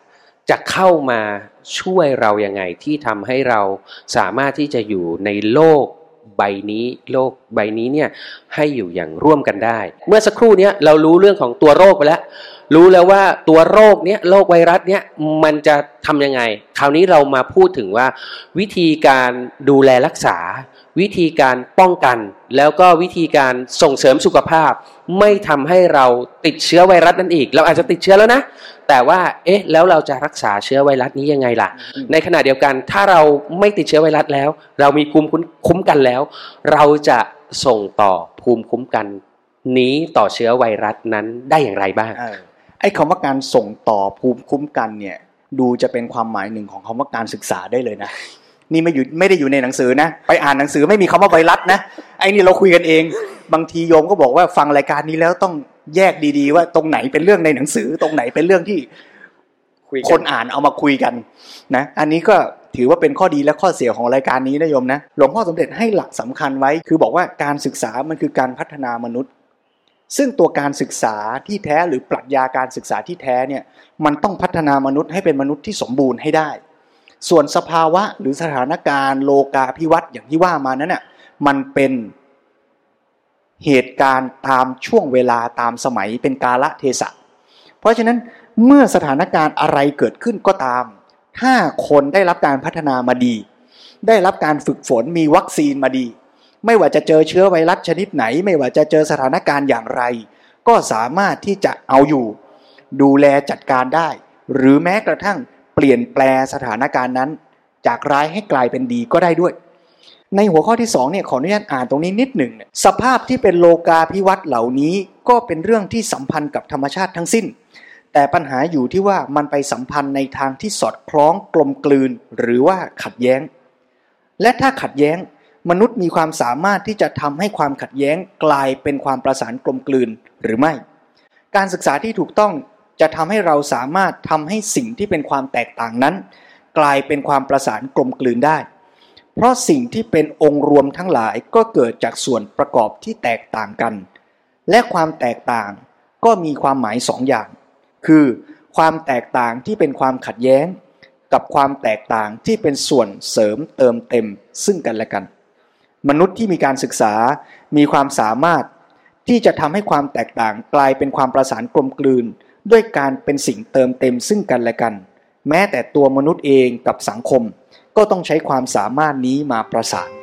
Speaker 3: จะเข้ามาช่วยเรายังไงที่ทำให้เราสามารถที่จะอยู่ในโลกใบนี้เนี่ยให้อยู่อย่างร่วมกันได้เมื่อสักครู่นี้เรารู้เรื่องของตัวโรคไปแล้วรู้แล้วว่าตัวโรคเนี้ยโรคไวรัสเนี้ยมันจะทำยังไงคราวนี้เรามาพูดถึงว่าวิธีการดูแลรักษาวิธีการป้องกันแล้วก็วิธีการส่งเสริมสุขภาพไม่ทำให้เราติดเชื้อไวรัสนั้นอีกเราอาจจะติดเชื้อแล้วนะแต่ว่าแล้วเราจะรักษาเชื้อไวรัสนี้ยังไงล่ะในขณะเดียวกันถ้าเราไม่ติดเชื้อไวรัสแล้วเรามีภูมิคุ้มกันแล้วเราจะส่งต่อภูมิคุ้มกันนี้ต่อเชื้อไวรัสนั้นได้อย่างไรบ้าง
Speaker 2: ไอ้คำว่าการส่งต่อภูมิคุ้มกันเนี่ยดูจะเป็นความหมายหนึ่งของคำว่าการศึกษาได้เลยนะนี่ไม่ได้อยู่ในหนังสือนะไปอ่านหนังสือไม่มีคำว่าไวรัสนะไอ้นี่เราคุยกันเองบางทีโยมก็บอกว่าฟังรายการนี้แล้วต้องแยกดีๆว่าตรงไหนเป็นเรื่องในหนังสือตรงไหนเป็นเรื่องที่คนอ่านเอามาคุยกันนะอันนี้ก็ถือว่าเป็นข้อดีและข้อเสียของรายการนี้นะโยมนะหลวงพ่อสมเด็จให้หลักสำคัญไว้คือบอกว่าการศึกษามันคือการพัฒนามนุษย์ซึ่งตัวการศึกษาที่แท้หรือปรัชญาการศึกษาที่แท้เนี่ยมันต้องพัฒนามนุษย์ให้เป็นมนุษย์ที่สมบูรณ์ให้ได้ส่วนสภาวะหรือสถานการณ์โลกาภิวัตน์อย่างที่ว่ามานั้นน่ะมันเป็นเหตุการณ์ตามช่วงเวลาตามสมัยเป็นกาลเทศะเพราะฉะนั้นเมื่อสถานการณ์อะไรเกิดขึ้นก็ตามถ้าคนได้รับการพัฒนามาดีได้รับการฝึกฝนมีวัคซีนมาดีไม่ว่าจะเจอเชื้อไวรัสชนิดไหนไม่ว่าจะเจอสถานการณ์อย่างไรก็สามารถที่จะเอาอยู่ดูแลจัดการได้หรือแม้กระทั่งเปลี่ยนแปลสถานการณ์นั้นจากร้ายให้กลายเป็นดีก็ได้ด้วยในหัวข้อที่2เนี่ยขออนุญาตอ่านตรงนี้นิดหนึ่งสภาพที่เป็นโลกาภิวัตน์เหล่านี้ก็เป็นเรื่องที่สัมพันธ์กับธรรมชาติทั้งสิ้นแต่ปัญหาอยู่ที่ว่ามันไปสัมพันธ์ในทางที่สอดคล้องกลมกลืนหรือว่าขัดแย้งและถ้าขัดแย้งมนุษย์มีความสามารถที่จะทำให้ความขัดแย้งกลายเป็นความประสานกลมกลืนหรือไม่การศึกษาที่ถูกต้องจะทำให้เราสามารถทำให้สิ่งที่เป็นความแตกต่างนั้นกลายเป็นความประสานกลมกลืนได้เพราะสิ่งที่เป็นองค์รวมทั้งหลายก็เกิดจากส่วนประกอบที่แตกต่างกันและความแตกต่างก็มีความหมาย2 อย่างคือความแตกต่างที่เป็นความขัดแย้งกับความแตกต่างที่เป็นส่วนเสริมเติมเต็มซึ่งกันและกันมนุษย์ที่มีการศึกษามีความสามารถที่จะทำให้ความแตกต่างกลายเป็นความประสานกลมกลืนด้วยการเป็นสิ่งเติมเต็มซึ่งกันและกันแม้แต่ตัวมนุษย์เองกับสังคมก็ต้องใช้ความสามารถนี้มาประสาน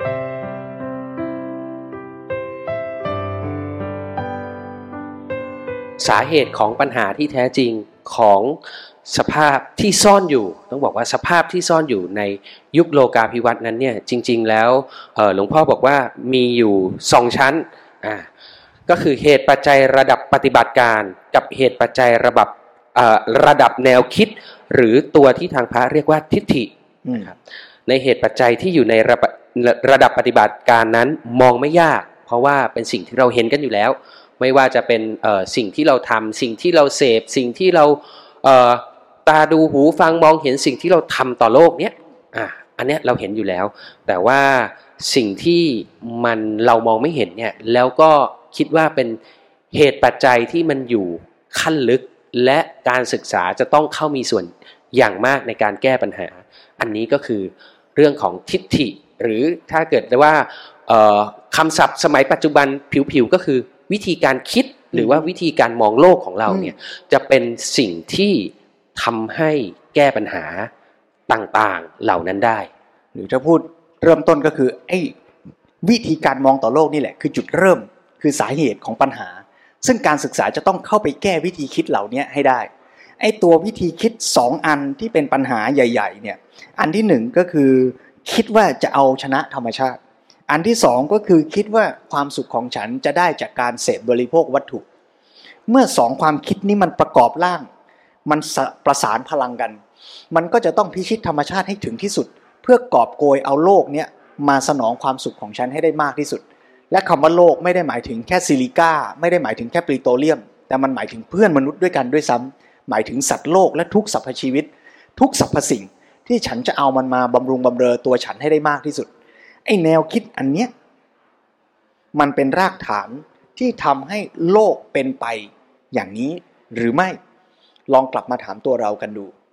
Speaker 3: สาเหตุของปัญหาที่แท้จริงของสภาพที่ซ่อนอยู่ต้องบอกว่าสภาพที่ซ่อนอยู่ในยุคโลกาภิวัตน์นั้นเนี่ยจริงๆแล้วหลวงพ่อบอกว่ามีอยู่2 ชั้นก็คือเหตุปัจจัยระดับปฏิบัติการกับเหตุปัจจัยระดับแนวคิดหรือตัวที่ทางพระเรียกว่าทิฏฐิครับในเหตุปัจจัยที่อยู่ในระดับปฏิบัติการนั้นมองไม่ยากเพราะว่าเป็นสิ่งที่เราเห็นกันอยู่แล้วไม่ว่าจะเป็นสิ่งที่เราทำสิ่งที่เราเสพสิ่งที่เราตาดูหูฟังมองเห็นสิ่งที่เราทำต่อโลกเนี้ยอันเนี้ยเราเห็นอยู่แล้วแต่ว่าสิ่งที่เรามองไม่เห็นเนี่ยแล้วก็คิดว่าเป็นเหตุปัจจัยที่มันอยู่ขั้นลึกและการศึกษาจะต้องเข้ามีส่วนอย่างมากในการแก้ปัญหาอันนี้ก็คือเรื่องของทิฏฐิหรือถ้าเกิดว่าคำศัพท์สมัยปัจจุบันผิวๆก็คือวิธีการคิดหรือว่าวิธีการมองโลกของเราเนี่ยจะเป็นสิ่งที่ทำให้แก้ปัญหาต่างๆเหล่านั้นได้
Speaker 2: หรือถ้าพูดเริ่มต้นก็คือไอ้วิธีการมองต่อโลกนี่แหละคือจุดเริ่มคือสาเหตุของปัญหาซึ่งการศึกษาจะต้องเข้าไปแก้วิธีคิดเหล่านี้ให้ได้ไอ้ตัววิธีคิด2 อันที่เป็นปัญหาใหญ่ๆเนี่ยอันที่1ก็คือคิดว่าจะเอาชนะธรรมชาติอันที่2ก็คือคิดว่าความสุขของฉันจะได้จากการเสพบริโภควัตถุเมื่อ2ความคิดนี้มันประกอบร่างมันประสานพลังกันมันก็จะต้องพิชิตธรรมชาติให้ถึงที่สุดเพื่อกอบโกยเอาโลกเนี้ยมาสนองความสุขของฉันให้ได้มากที่สุดและคำว่าโลกไม่ได้หมายถึงแค่ซิลิก้าไม่ได้หมายถึงแค่ปริโตเลียมแต่มันหมายถึงเพื่อนมนุษย์ด้วยกันด้วยซ้ำหมายถึงสัตว์โลกและทุกสรรพชีวิตทุกสรรพสิ่งที่ฉันจะเอามันมาบำรุงบำเรอตัวฉันให้ได้มากที่สุดไอ้แนวคิดอันเนี้ยมันเป็นรากฐานที่ทำให้โลกเป็นไปอย่างนี้หรือไม่ลองกลับมาถามตัวเรากันดู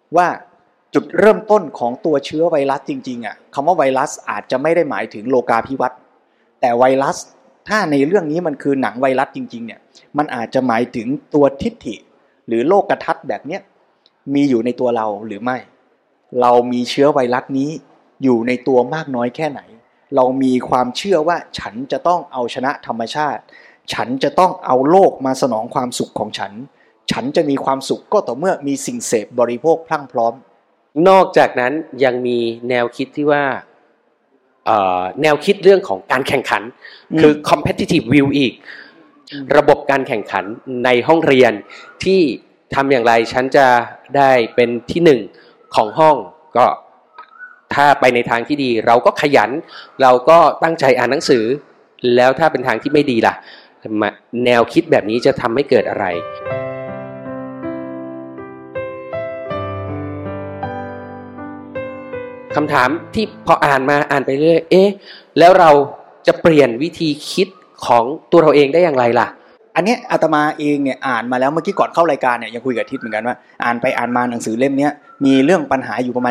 Speaker 2: ว่าจุดเริ่มต้นของตัวเชื้อไวรัสจริงๆอ่ะคำว่าไวรัสอาจจะไม่ได้หมายถึงโลกาภิวัตน์แต่ไวรัสถ้าในเรื่องนี้มันคือหนังไวรัสจริงๆเนี่ยมันอาจจะหมายถึงตัวทิฏฐิหรือโลกทัศน์แบบเนี้ยมีอยู่ในตัวเราหรือไม่เรามีเชื้อไวรัสนี้อยู่ในตัวมากน้อยแค่ไหนเรามีความเชื่อว่าฉันจะต้องเอาชนะธรรมชาติฉันจะต้องเอาโลกมาสนองความสุขของฉันจะมีความสุขก็ต่อเมื่อมีสิ่งเสพบริโภคพรั่งพร้อม
Speaker 3: นอกจากนั้นยังมีแนวคิดที่ว่าแนวคิดเรื่องของการแข่งขันคือ competitive view อีกระบบการแข่งขันในห้องเรียนที่ทำอย่างไรฉันจะได้เป็นที่หนึ่งของห้องก็ถ้าไปในทางที่ดีเราก็ขยันเราก็ตั้งใจอ่านหนังสือแล้วถ้าเป็นทางที่ไม่ดีล่ะแนวคิดแบบนี้จะทำให้เกิดอะไรคำถามที่พออ่านไปเรื่อยแล้วเราจะเปลี่ยนวิธีคิดของตัวเราเองได้อย่างไรล่ะ
Speaker 2: อันนี้อาตมาเองเนี่ยอ่านมาแล้วเมื่อกี้ก่อนเข้ารายการเนี่ยยังคุยกับทิศเหมือนกันว่าอ่านไปอ่านมาหนังสือเล่มนี้มีเรื่องปัญหาอยู่ประมาณ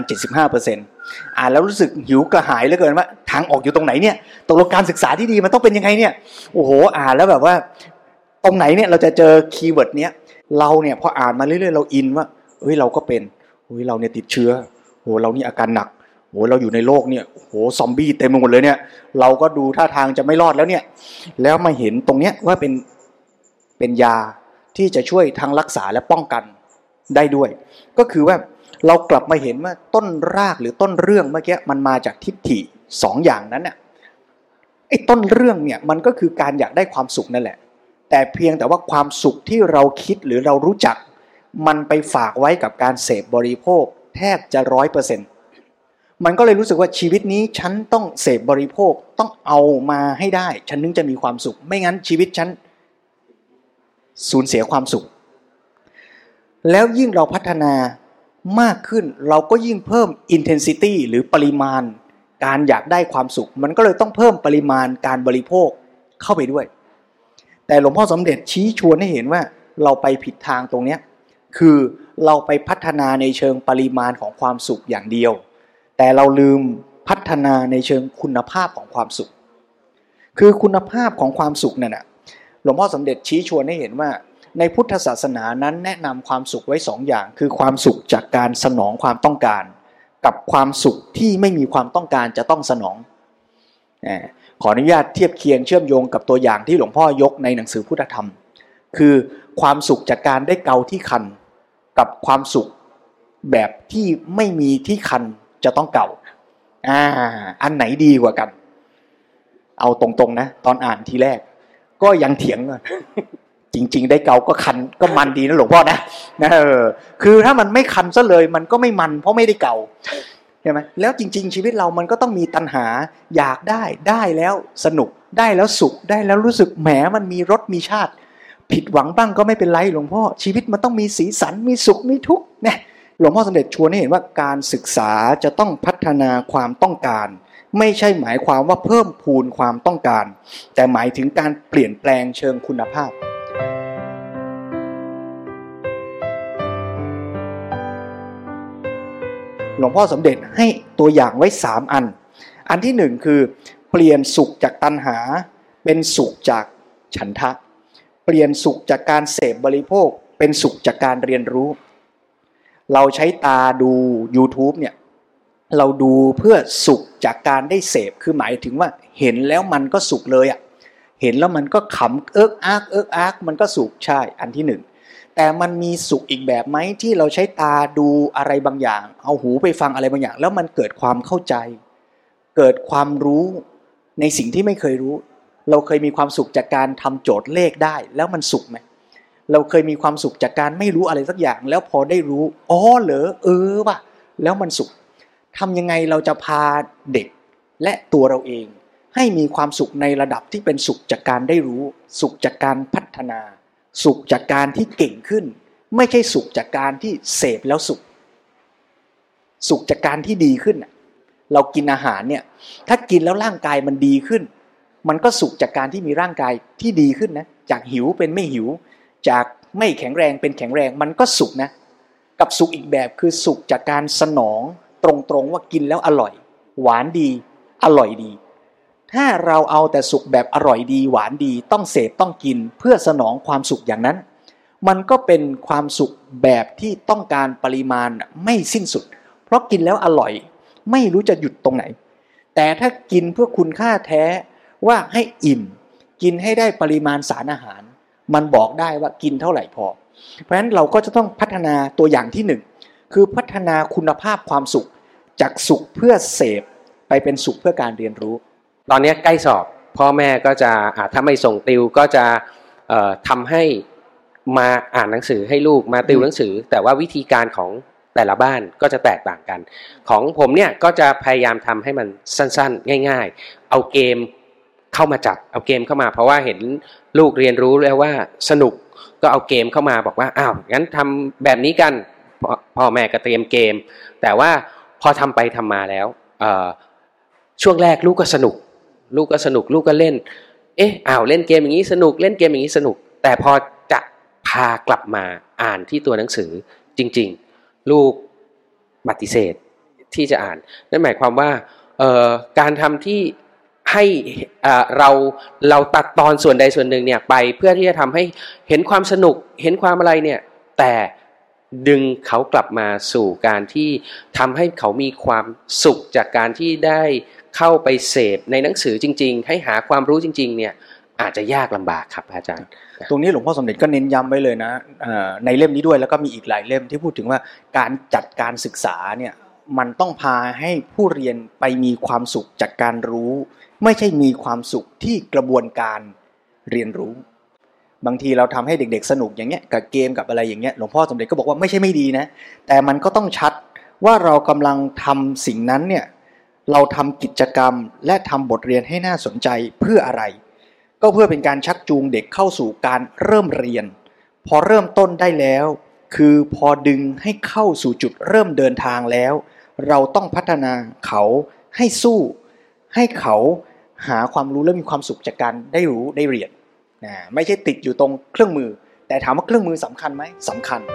Speaker 2: 75% อ่านแล้วรู้สึกหิวกระหายเหลือเกินว่าทางออกอยู่ตรงไหนเนี่ยตกลงการศึกษาที่ดีมันต้องเป็นยังไงเนี่ยโอ้โหอ่านแล้วแบบว่าตรงไหนเนี่ยเราจะเจอคีย์เวิร์ดเนี้ยเราเนี่ยพออ่านมาเรื่อยๆเราอินว่าเฮ้ยเราก็เป็นเฮ้ยเราเนี่ยติดเชื้อโอ้เรานี่อาการหนักโอ้เราอยู่ในโลกเนี่ยโอ้ซอมบี้เต็มไปหมดเลยเนี่ยเราก็ดูท่าทางจะไม่รอดแล้วเนี่ยแล้วมาเห็นตรงเนี้ยว่าเป็นยาที่จะช่วยทั้งรักษาและป้องกันได้ด้วยก็คือว่าเรากลับมาเห็นว่าต้นรากหรือต้นเรื่องเมื่อกี้มันมาจากทิฏฐิ2อย่างนั้นน่ะไอ้ต้นเรื่องเนี่ยมันก็คือการอยากได้ความสุขนั่นแหละแต่เพียงแต่ว่าความสุขที่เราคิดหรือเรารู้จักมันไปฝากไว้กับการเสพบริโภคแทบจะ 100% มันก็เลยรู้สึกว่าชีวิตนี้ฉันต้องเสพบริโภคต้องเอามาให้ได้ฉันถึงจะมีความสุขไม่งั้นชีวิตฉันสูญเสียความสุขแล้วยิ่งเราพัฒนามากขึ้นเราก็ยิ่งเพิ่ม intensity หรือปริมาณการอยากได้ความสุขมันก็เลยต้องเพิ่มปริมาณการบริโภคเข้าไปด้วยแต่หลวงพ่อสมเด็จชี้ชวนให้เห็นว่าเราไปผิดทางตรงนี้คือเราไปพัฒนาในเชิงปริมาณของความสุขอย่างเดียวแต่เราลืมพัฒนาในเชิงคุณภาพของความสุขคือคุณภาพของความสุขนั่นน่ะหลวงพ่อสมเด็จชี้ชวนให้เห็นว่าในพุทธศาสนานั้นแนะนำความสุขไว้2อย่างคือความสุขจากการสนองความต้องการกับความสุขที่ไม่มีความต้องการจะต้องสนองขออนุญาตเทียบเคียงเชื่อมโยงกับตัวอย่างที่หลวงพ่อยกในหนังสือพุทธธรรมคือความสุขจากการได้เกาที่คันกับความสุขแบบที่ไม่มีที่คันจะต้องเกาอันไหนดีกว่ากันเอาตรงๆนะตอนอ่านทีแรกก็ยังเถียงจริงๆได้เกาก็คันก็มันดีนะหลวงพ่อนะคือถ้ามันไม่คันซะเลยมันก็ไม่มันเพราะไม่ได้เกาใช่ไหมแล้วจริงๆชีวิตเรามันก็ต้องมีตัณหาอยากได้แล้วสนุกได้แล้วสุขได้แล้วรู้สึกแหมมันมีรสมีชาติผิดหวังบ้างก็ไม่เป็นไรหลวงพ่อชีวิตมันต้องมีสีสันมีสุขมีทุกข์เนี่ยหลวงพ่อสมเด็จชวนให้เห็นว่าการศึกษาจะต้องพัฒนาความต้องการไม่ใช่หมายความว่าเพิ่มพูนความต้องการแต่หมายถึงการเปลี่ยนแปลงเชิงคุณภาพหลวงพ่อสมเด็จให้ตัวอย่างไว้3อันที่1คือเปลี่ยนสุขจากตัณหาเป็นสุขจากฉันทะเปลี่ยนสุขจากการเสพบริโภคเป็นสุขจากการเรียนรู้เราใช้ตาดู YouTube เนี่ยเราดูเพื่อสุขจากการได้เสพคือหมายถึงว่าเห็นแล้วมันก็สุขเลยเห็นแล้วมันก็ขำเอิ๊กอาร์กมันก็สุขใช่อันที่1แต่มันมีสุขอีกแบบไหมที่เราใช้ตาดูอะไรบางอย่างเอาหูไปฟังอะไรบางอย่างแล้วมันเกิดความเข้าใจเกิดความรู้ในสิ่งที่ไม่เคยรู้เราเคยมีความสุขจากการทำโจทย์เลขได้แล้วมันสุขไหมเราเคยมีความสุขจากการไม่รู้อะไรสักอย่างแล้วพอได้รู้อ๋อเหรอว่ะแล้วมันสุขทำยังไงเราจะพาเด็กและตัวเราเองให้มีความสุขในระดับที่เป็นสุขจากการได้รู้สุขจากการพัฒนาสุขจากการที่เก่งขึ้นไม่ใช่สุขจากการที่เสพแล้วสุขจากการที่ดีขึ้นเรากินอาหารเนี่ยถ้ากินแล้วร่างกายมันดีขึ้นมันก็สุขจากการที่มีร่างกายที่ดีขึ้นนะจากหิวเป็นไม่หิวจากไม่แข็งแรงเป็นแข็งแรงมันก็สุขนะกับสุขอีกแบบคือสุขจากการสนองตรงๆว่ากินแล้วอร่อยหวานดีอร่อยดีถ้าเราเอาแต่สุขแบบอร่อยดีหวานดีต้องเสพต้องกินเพื่อสนองความสุขอย่างนั้นมันก็เป็นความสุขแบบที่ต้องการปริมาณไม่สิ้นสุดเพราะกินแล้วอร่อยไม่รู้จะหยุดตรงไหนแต่ถ้ากินเพื่อคุณค่าแท้ว่าให้อิ่มกินให้ได้ปริมาณสารอาหารมันบอกได้ว่ากินเท่าไหร่พอเพราะฉะนั้นเราก็จะต้องพัฒนาตัวอย่างที่หนึ่งคือพัฒนาคุณภาพความสุขจากสุขเพื่อเสพไปเป็นสุขเพื่อการเรียนรู้
Speaker 3: ตอนนี้ใกล้สอบพ่อแม่ก็จะถ้าไม่ส่งติวก็จะทำให้มาอ่านหนังสือให้ลูกมาติวหนังสือแต่ว่าวิธีการของแต่ละบ้านก็จะแตกต่างกันของผมเนี่ยก็จะพยายามทำให้มันสั้นๆง่ายๆเอาเกมเข้ามาจับเอาเกมเข้ามาเพราะว่าเห็นลูกเรียนรู้แล้วว่าสนุกก็เอาเกมเข้ามาบอกว่าอ้าวงั้นทำแบบนี้กันพ่อแม่ก็เตรียมเกมแต่ว่าพอทำไปทำมาแล้วช่วงแรกลูกก็สนุกลูกก็เล่นเล่นเกมอย่างนี้สนุกเล่นเกมอย่างนี้สนุกแต่พอจะพากลับมาอ่านที่ตัวหนังสือจริงๆลูกปฏิเสธที่จะอ่านนั่นหมายความว่าการทำที่ให้เราตัดตอนส่วนใดส่วนหนึ่งเนี่ยไปเพื่อที่จะทำให้เห็นความสนุกเห็นความอะไรเนี่ยแต่ดึงเขากลับมาสู่การที่ทำให้เขามีความสุขจากการที่ได้เข้าไปเสพในหนังสือจริงๆให้หาความรู้จริงๆเนี่ยอาจจะยากลำบากครับอาจารย์
Speaker 2: ตรงนี้หลวงพ่อสมเด็จก็เน้นย้ำไว้เลยนะในเล่มนี้ด้วยแล้วก็มีอีกหลายเล่มที่พูดถึงว่าการจัดการศึกษาเนี่ยมันต้องพาให้ผู้เรียนไปมีความสุขจากการรู้ไม่ใช่มีความสุขที่กระบวนการเรียนรู้บางทีเราทำให้เด็กๆสนุกอย่างเงี้ยกับเกมกับอะไรอย่างเงี้ยหลวงพ่อสมเด็จก็บอกว่าไม่ใช่ไม่ดีนะแต่มันก็ต้องชัดว่าเรากำลังทำสิ่งนั้นเนี่ยเราทำกิจกรรมและทำบทเรียนให้น่าสนใจเพื่ออะไรก็เพื่อเป็นการชักจูงเด็กเข้าสู่การเริ่มเรียนพอเริ่มต้นได้แล้วคือพอดึงให้เข้าสู่จุดเริ่มเดินทางแล้วเราต้องพัฒนาเขาให้สู้ให้เขาหาความรู้และมีความสุขจากการได้รู้ได้เรียนไม่ใช่ติดอยู่ตรงเครื่องมือแต่ถามว่าเครื่องมือสำคัญไหมสำคัญ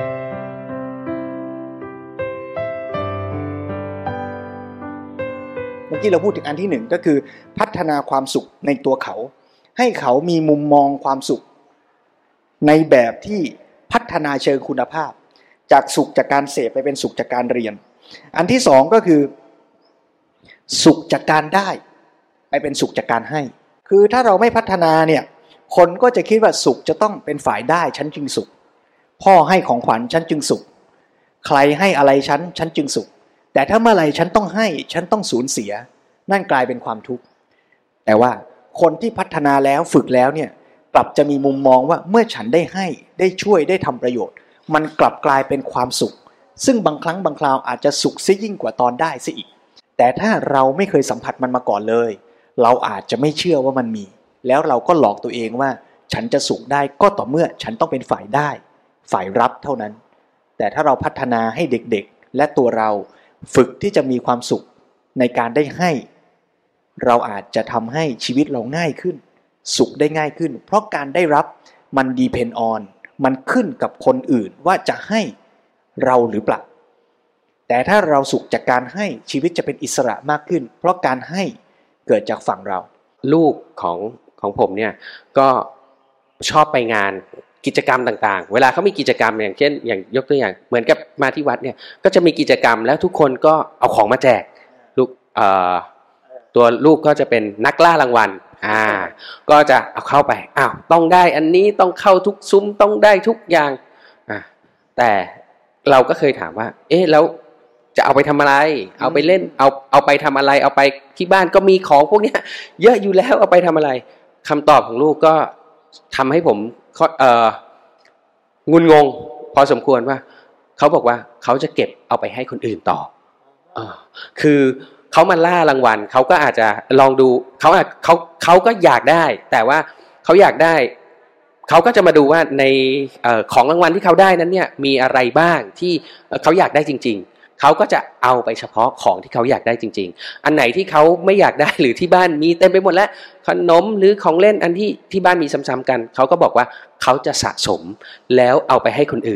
Speaker 2: เมื่อกี้เราพูดถึงอันที่หนึ่งก็คือพัฒนาความสุขในตัวเขาให้เขามีมุมมองความสุขในแบบที่พัฒนาเชิงคุณภาพจากสุขจากการเสพไปเป็นสุขจากการเรียนอันที่สองก็คือสุขจากการได้ไปเป็นสุขจากการให้คือถ้าเราไม่พัฒนาเนี่ยคนก็จะคิดว่าสุขจะต้องเป็นฝ่ายได้ฉันจึงสุขพ่อให้ของขวัญฉันจึงสุขใครให้อะไรฉันจึงสุขแต่ถ้าเมื่อไหร่ฉันต้องให้ฉันต้องสูญเสียนั่นกลายเป็นความทุกข์แต่ว่าคนที่พัฒนาแล้วฝึกแล้วเนี่ยกลับจะมีมุมมองว่าเมื่อฉันได้ให้ได้ช่วยได้ทำประโยชน์มันกลับกลายเป็นความสุขซึ่งบางครั้งบางคราวอาจจะสุขซะยิ่งกว่าตอนได้ซะอีกแต่ถ้าเราไม่เคยสัมผัสมันมาก่อนเลยเราอาจจะไม่เชื่อว่ามันมีแล้วเราก็หลอกตัวเองว่าฉันจะสุขได้ก็ต่อเมื่อฉันต้องเป็นฝ่ายได้ฝ่ายรับเท่านั้นแต่ถ้าเราพัฒนาให้เด็กๆและตัวเราฝึกที่จะมีความสุขในการได้ให้เราอาจจะทำให้ชีวิตเราง่ายขึ้นสุขได้ง่ายขึ้นเพราะการได้รับมัน depend on มันขึ้นกับคนอื่นว่าจะให้เราหรือเปล่าแต่ถ้าเราสุขจากการให้ชีวิตจะเป็นอิสระมากขึ้นเพราะการให้เกิดจากฝั่งเรา
Speaker 3: ลูกของผมเนี่ยก็ชอบไปงานกิจกรรมต่างๆเวลาเขามีกิจกรรมอย่างเช่นอย่างยกตัวอย่างเหมือนกับมาที่วัดเนี่ยก็จะมีกิจกรรมแล้วทุกคนก็เอาของมาแจกลูกตัวลูกก็จะเป็นนักล่ารางวัลก็จะเอาเข้าไปต้องได้อันนี้ต้องเข้าทุกซุ้มต้องได้ทุกอย่างแต่เราก็เคยถามว่าแล้วจะเอาไปทำอะไรเอาไปเล่นเอาไปทำอะไรเอาไปที่บ้านก็มีของพวกนี้เยอะอยู่แล้วเอาไปทำอะไรคำตอบของลูกก็ทำให้ผมงุนงงพอสมควรว่าเขาบอกว่าเขาจะเก็บเอาไปให้คนอื่นต่อคือเขามาล่ารางวัลเขาก็อาจจะลองดูเขาก็อยากได้แต่ว่าเขาอยากได้เขาก็จะมาดูว่าในของรางวัลที่เขาได้นั้นเนี่ยมีอะไรบ้างที่เขาอยากได้จริงๆเขาก็จะเอาไปเฉพาะของที่เขาอยากได้จริงๆอันไหนที่เขาไม่อยากได้หรือที่บ้านมีเต็มไปหมดแล้วขนมหรือของเล่นอันที่บ้านมีซ้ำๆกันเขาก็บอกว่าเขาจะสะสมแล้วเอาไปให้คนอื่น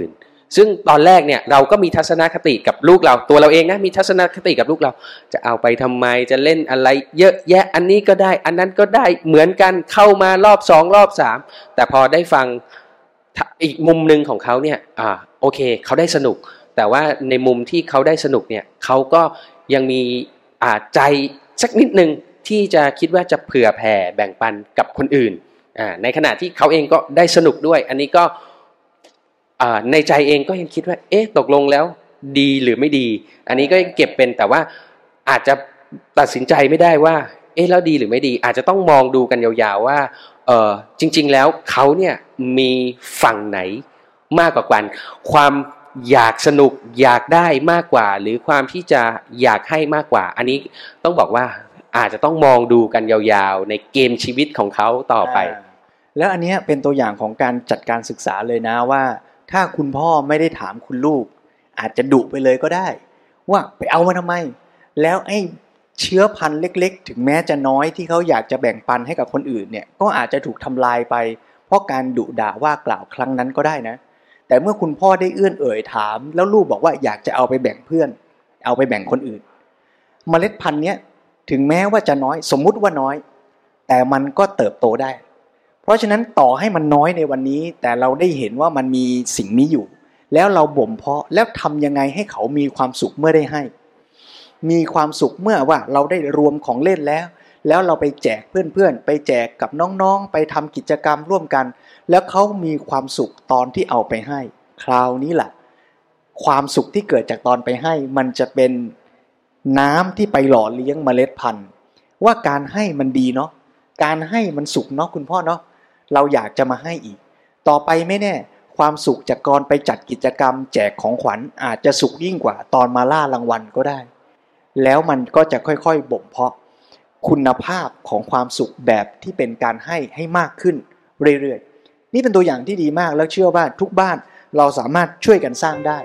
Speaker 3: ซึ่งตอนแรกเนี่ยเราก็มีทัศนคติกับลูกเราตัวเราเองนะมีทัศนคติกับลูกเราจะเอาไปทำไมจะเล่นอะไรเยอะแยะอันนี้ก็ได้อันนั้นก็ได้เหมือนกันเข้ามารอบ2รอบ3แต่พอได้ฟังอีกมุมนึงของเขาเนี่ยโอเคเขาได้สนุกแต่ว่าในมุมที่เขาได้สนุกเนี่ยเขาก็ยังมีใจสักนิดนึงที่จะคิดว่าจะเผื่อแผ่แบ่งปันกับคนอื่นในขณะที่เขาเองก็ได้สนุกด้วยอันนี้ก็ในใจเองก็ยังคิดว่าตกลงแล้วดีหรือไม่ดีอันนี้ก็ยังเก็บเป็นแต่ว่าอาจจะตัดสินใจไม่ได้ว่าแล้วดีหรือไม่ดีอาจจะต้องมองดูกันยาวๆว่าจริงๆแล้วเขาเนี่ยมีฝั่งไหนมากกว่ากันความอยากสนุกอยากได้มากกว่าหรือความที่จะอยากให้มากกว่าอันนี้ต้องบอกว่าอาจจะต้องมองดูกันยาวๆในเกมชีวิตของเขาต่อไป
Speaker 2: แล้วอันนี้เป็นตัวอย่างของการจัดการศึกษาเลยนะว่าถ้าคุณพ่อไม่ได้ถามคุณลูกอาจจะดุไปเลยก็ได้ว่าไปเอามาทำไมแล้วไอ้เชื้อพันธุ์เล็กๆถึงแม้จะน้อยที่เขาอยากจะแบ่งปันให้กับคนอื่นเนี่ยก็อาจจะถูกทำลายไปเพราะการดุด่าว่ากล่าวครั้งนั้นก็ได้นะแต่เมื่อคุณพ่อได้เอื้อนเอ่ยถามแล้วลูกบอกว่าอยากจะเอาไปแบ่งเพื่อนเอาไปแบ่งคนอื่นเมล็ดพันธุ์เนี้ยถึงแม้ว่าจะน้อยสมมุติว่าน้อยแต่มันก็เติบโตได้เพราะฉะนั้นต่อให้มันน้อยในวันนี้แต่เราได้เห็นว่ามันมีสิ่งนี้อยู่แล้วเราบ่มเพาะแล้วทำยังไงให้เขามีความสุขเมื่อได้ให้มีความสุขเมื่อว่าเราได้รวมของเล่นแล้วเราไปแจกเพื่อนๆไปแจกกับน้องๆไปทำกิจกรรมร่วมกันแล้วเขามีความสุขตอนที่เอาไปให้คราวนี้แหละความสุขที่เกิดจากตอนไปให้มันจะเป็นน้ำที่ไปหล่อเลี้ยงเมล็ดพันธุ์ว่าการให้มันดีเนาะการให้มันสุขเนาะคุณพ่อเนาะเราอยากจะมาให้อีกต่อไปไม่แน่ความสุขจากการไปจัดกิจกรรมแจกของขวัญอาจจะสุขยิ่งกว่าตอนมาล่ารางวัลก็ได้แล้วมันก็จะค่อยๆบ่มเพาะคุณภาพของความสุขแบบที่เป็นการให้มากขึ้นเรื่อยๆนี่เป็นตัวอย่างที่ดีมากแล้วเชื่อว่าทุกบ้านเราสามารถช่วยกันสร้างได้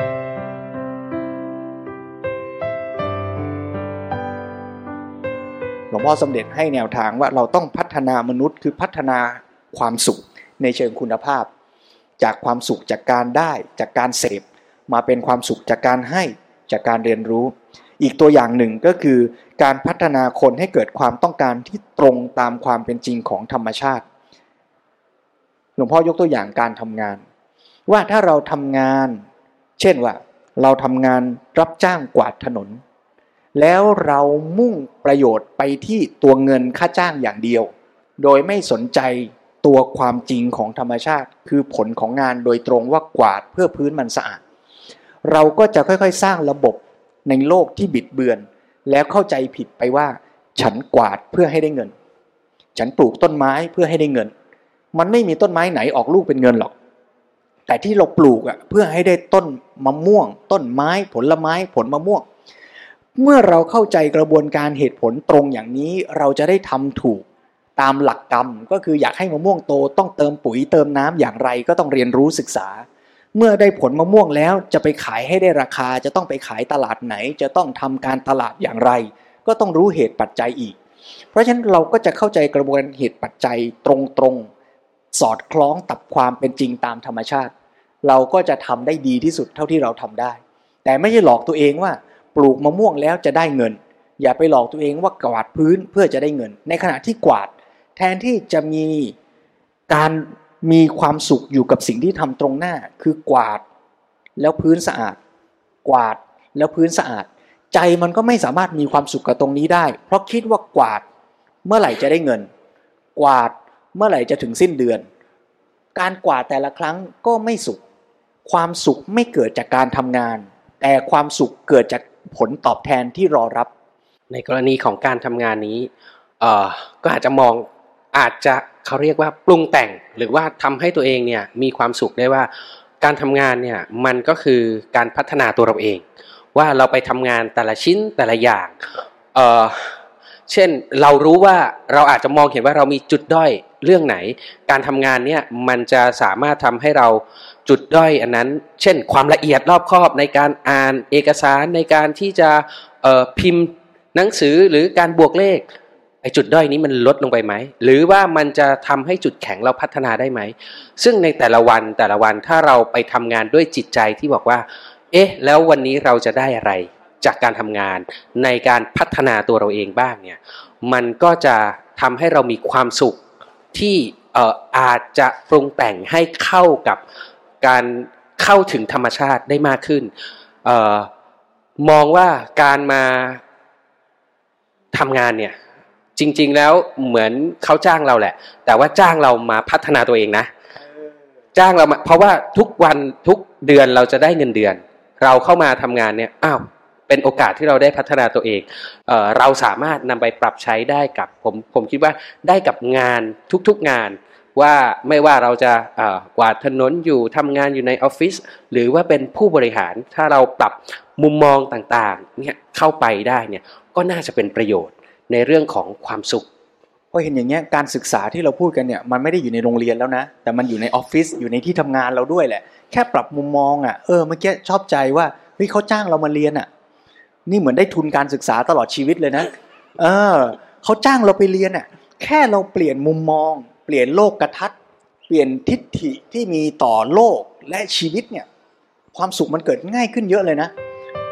Speaker 2: หลวงพ่อสมเด็จให้แนวทางว่าเราต้องพัฒนามนุษย์คือพัฒนาความสุขในเชิงคุณภาพจากความสุขจากการได้จากการเสพมาเป็นความสุขจากการให้จากการเรียนรู้อีกตัวอย่างหนึ่งก็คือการพัฒนาคนให้เกิดความต้องการที่ตรงตามความเป็นจริงของธรรมชาติหลวงพ่อยกตัวอย่างการทำงานว่าถ้าเราทำงานเช่นว่าเราทำงานรับจ้างกวาดถนนแล้วเรามุ่งประโยชน์ไปที่ตัวเงินค่าจ้างอย่างเดียวโดยไม่สนใจตัวความจริงของธรรมชาติคือผลของงานโดยตรงว่ากวาดเพื่อพื้นมันสะอาดเราก็จะค่อยๆสร้างระบบในโลกที่บิดเบือนแล้วเข้าใจผิดไปว่าฉันกวาดเพื่อให้ได้เงินฉันปลูกต้นไม้เพื่อให้ได้เงินมันไม่มีต้นไม้ไหนออกลูกเป็นเงินหรอกแต่ที่เราปลูกเพื่อให้ได้ต้นมะม่วงต้นไม้ผลไม้ผลมะม่วงเมื่อเราเข้าใจกระบวนการเหตุผลตรงอย่างนี้เราจะได้ทำถูกตามหลักกรรมก็คืออยากให้มะม่วงโตต้องเติมปุ๋ยเติมน้ำอย่างไรก็ต้องเรียนรู้ศึกษาเมื่อได้ผลมะม่วงแล้วจะไปขายให้ได้ราคาจะต้องไปขายตลาดไหนจะต้องทำการตลาดอย่างไรก็ต้องรู้เหตุปัจจัยอีกเพราะฉะนั้นเราก็จะเข้าใจกระบวนเหตุปัจจัยตรงๆสอดคล้องกับความเป็นจริงตามธรรมชาติเราก็จะทำได้ดีที่สุดเท่าที่เราทำได้แต่ไม่ใช่หลอกตัวเองว่าปลูกมะม่วงแล้วจะได้เงินอย่าไปหลอกตัวเองว่ากวาดพื้นเพื่อจะได้เงินในขณะที่กวาดแทนที่จะมีการมีความสุขอยู่กับสิ่งที่ทำตรงหน้าคือกวาดแล้วพื้นสะอาดกวาดแล้วพื้นสะอาดใจมันก็ไม่สามารถมีความสุขกับตรงนี้ได้เพราะคิดว่ากวาดเมื่อไหร่จะได้เงินกวาดเมื่อไหร่จะถึงสิ้นเดือนการกวาดแต่ละครั้งก็ไม่สุขความสุขไม่เกิดจากการทำงานแต่ความสุขเกิดจากผลตอบแทนที่รอรับ
Speaker 3: ในกรณีของการทำงานนี้ก็อาจจะมองอาจจะเขาเรียกว่าปรุงแต่งหรือว่าทำให้ตัวเองเนี่ยมีความสุขได้ว่าการทำงานเนี่ยมันก็คือการพัฒนาตัวเราเองว่าเราไปทำงานแต่ละชิ้นแต่ละอย่างเช่นเรารู้ว่าเราอาจจะมองเห็นว่าเรามีจุดด้อยเรื่องไหนการทำงานเนี่ยมันจะสามารถทำให้เราจุดด้อยอันนั้นเช่นความละเอียดรอบคอบในการอ่านเอกสารในการที่จะพิมพ์หนังสือหรือการบวกเลขไอ้จุดด้อยนี้มันลดลงไปไหมหรือว่ามันจะทำให้จุดแข็งเราพัฒนาได้ไหมซึ่งในแต่ละวันถ้าเราไปทำงานด้วยจิตใจที่บอกว่าเอ๊ะแล้ววันนี้เราจะได้อะไรจากการทำงานในการพัฒนาตัวเราเองบ้างเนี่ยมันก็จะทำให้เรามีความสุขที่อาจจะปรุงแต่งให้เข้ากับการเข้าถึงธรรมชาติได้มากขึ้นมองว่าการมาทำงานเนี่ยจริงๆแล้วเหมือนเขาจ้างเราแหละแต่ว่าจ้างเรามาพัฒนาตัวเองนะจ้างเรามาเพราะว่าทุกวันทุกเดือนเราจะได้เงินเดือนเราเข้ามาทำงานเนี่ยเป็นโอกาสที่เราได้พัฒนาตัวเองเราสามารถนำไปปรับใช้ได้กับผมคิดว่าได้กับงานทุกๆงานว่าไม่ว่าเราจะกวาดถนนอยู่ทำงานอยู่ในออฟฟิศหรือว่าเป็นผู้บริหารถ้าเราปรับมุมมองต่างๆเนี่ยเข้าไปได้เนี่ยก็น่าจะเป็นประโยชน์ในเรื่องของความสุข
Speaker 2: พอเห็นอย่างเงี้ยการศึกษาที่เราพูดกันเนี่ยมันไม่ได้อยู่ในโรงเรียนแล้วนะแต่มันอยู่ในออฟฟิศอยู่ในที่ทำงานเราด้วยแหละแค่ปรับมุมมองเมื่อกี้ชอบใจว่าเฮ้ยเขาจ้างเรามาเรียนนี่เหมือนได้ทุนการศึกษาตลอดชีวิตเลยนะเขาจ้างเราไปเรียนแค่เราเปลี่ยนมุมมองเปลี่ยนโลกทัศน์เปลี่ยนทิฏฐิที่มีต่อโลกและชีวิตเนี่ยความสุขมันเกิดง่ายขึ้นเยอะเลยนะ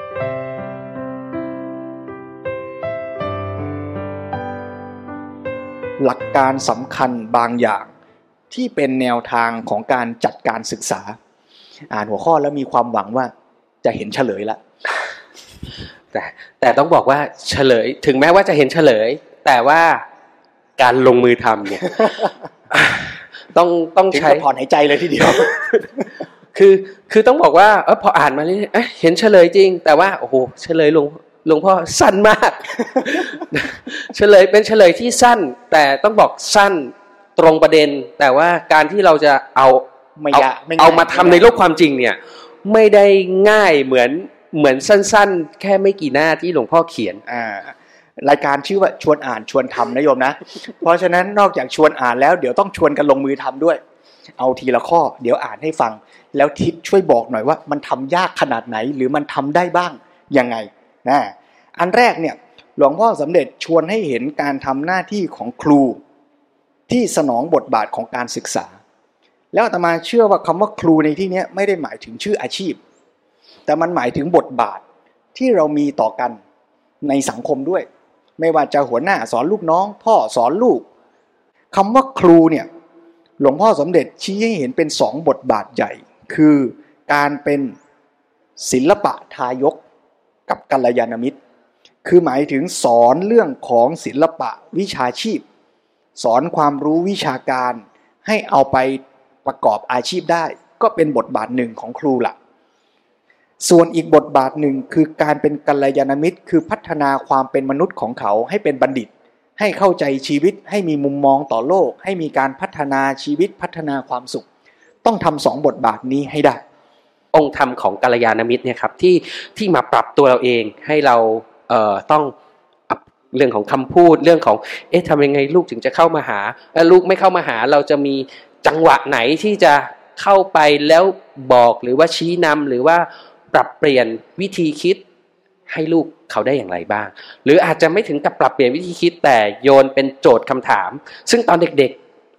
Speaker 2: หลักการสำคัญบางอย่างที่เป็นแนวทางของการจัดการศึกษาอ่านหัวข้อแล้วมีความหวังว่าจะเห็นเฉลยละ
Speaker 3: แต่ต้องบอกว่าเฉลยถึงแม้ว่าจะเห็นเฉลยแต่ว่าการลงมือทำเนี่ย ต้องใช้
Speaker 2: ถอนหายใจเลยทีเดียว
Speaker 3: คือต้องบอกว่าพออ่านมาเรื่อยๆเห็นเฉลยจริงแต่ว่าโอ้โหเฉลยหลวงพ่อสั้นมาก เฉลยเป็นเฉลยที่สั้นแต่ต้องบอกสั้นตรงประเด็นแต่ว่าการที่เราจะเอามาทำในโลกความจริงเนี่ยไม่ได้ง่ายเหมือนสั้นๆแค่ไม่กี่หน้าที่หลวงพ่อเขียน
Speaker 2: รายการชื่อว่าชวนอ่านชวนทำนะโยมนะ เพราะฉะนั้นนอกจากชวนอ่านแล้วเดี๋ยวต้องชวนกันลงมือทำด้วยเอาทีละข้อเดี๋ยวอ่านให้ฟังแล้วทิศช่วยบอกหน่อยว่ามันทำยากขนาดไหนหรือมันทำได้บ้างยังไงอันแรกเนี่ยหลวงพ่อสมเด็จชวนให้เห็นการทำหน้าที่ของครูที่สนองบทบาทของการศึกษาแล้วอาตมาเชื่อว่าคำว่าครูในที่นี้ไม่ได้หมายถึงชื่ออาชีพแต่มันหมายถึงบทบาทที่เรามีต่อกันในสังคมด้วยไม่ว่าจะหัวหน้าสอนลูกน้องพ่อสอนลูกคำว่าครูเนี่ยหลวงพ่อสมเด็จชี้ให้เห็นเป็น2บทบาทใหญ่คือการเป็นศิลปะทายกกับกัลยาณมิตรคือหมายถึงสอนเรื่องของศิลปะวิชาชีพสอนความรู้วิชาการให้เอาไปประกอบอาชีพได้ก็เป็นบทบาทหนึ่งของครูละส่วนอีกบทบาทหนึ่งคือการเป็นกัลยาณมิตรคือพัฒนาความเป็นมนุษย์ของเขาให้เป็นบัณฑิตให้เข้าใจชีวิตให้มีมุมมองต่อโลกให้มีการพัฒนาชีวิตพัฒนาความสุขต้องทำ2บทบาทนี้ให้ได้
Speaker 3: องค์ธรรมของกัลยาณมิตรเนี่ยครับที่มาปรับตัวเราเองให้เราต้องเรื่องของคำพูดเรื่องของทำยังไงลูกถึงจะเข้ามาหาลูกไม่เข้ามาหาเราจะมีจังหวะไหนที่จะเข้าไปแล้วบอกหรือว่าชี้นำหรือว่าปรับเปลี่ยนวิธีคิดให้ลูกเขาได้อย่างไรบ้างหรืออาจจะไม่ถึงกับปรับเปลี่ยนวิธีคิดแต่โยนเป็นโจทย์คำถามซึ่งตอนเด็ก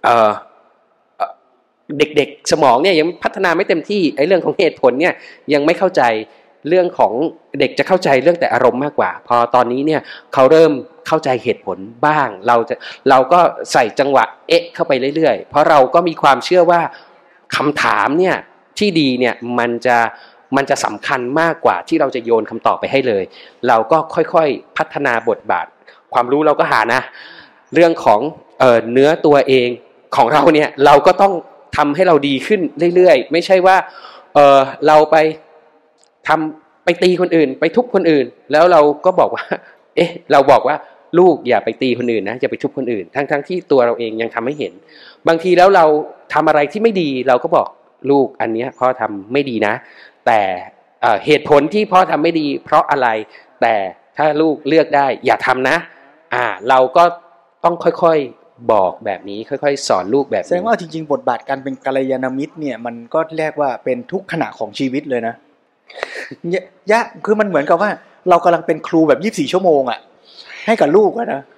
Speaker 3: เด็กสมองเนี่ยยังพัฒนาไม่เต็มที่เรื่องของเหตุผลเนี่ยยังไม่เข้าใจเรื่องของเด็กจะเข้าใจเรื่องแต่อารมณ์มากกว่าพอตอนนี้เนี่ยเขาเริ่มเข้าใจเหตุผลบ้างเราก็ใส่จังหวะเข้าไปเรื่อยๆเพราะเราก็มีความเชื่อว่าคำถามเนี่ยที่ดีเนี่ยมันจะสำคัญมากกว่าที่เราจะโยนคำตอบไปให้เลยเราก็ค่อยๆพัฒนาบทบาทความรู้เราก็หานะเรื่องของเนื้อตัวเองของเราเนี่ยเราก็ต้องทำให้เราดีขึ้นเรื่อยๆไม่ใช่ว่าเราไปตีคนอื่นไปทุบคนอื่นแล้วเราก็บอกว่าเราบอกว่าลูกอย่าไปตีคนอื่นนะอย่าไปทุบคนอื่นทั้งที่ตัวเราเองยังทำไม่เห็นบางทีแล้วเราทำอะไรที่ไม่ดีเราก็บอกลูกอันเนี้ยพ่อทำไม่ดีนะแต่เหตุผลที่พ่อทำไม่ดีเพราะอะไรแต่ถ้าลูกเลือกได้อย่าทำนะเราก็ต้องค่อยๆบอกแบบนี้ค่อยๆสอนลูกแบบนี้
Speaker 2: แสดงว่าจริงๆบทบาทการเป็นกัลยาณมิตรเนี่ยมันก็เรียกว่าเป็นทุกขณะของชีวิตเลยนะคือมันเหมือนกับว่าเรากำลังเป็นครูแบบ24ชั่วโมงให้กับลูกนะ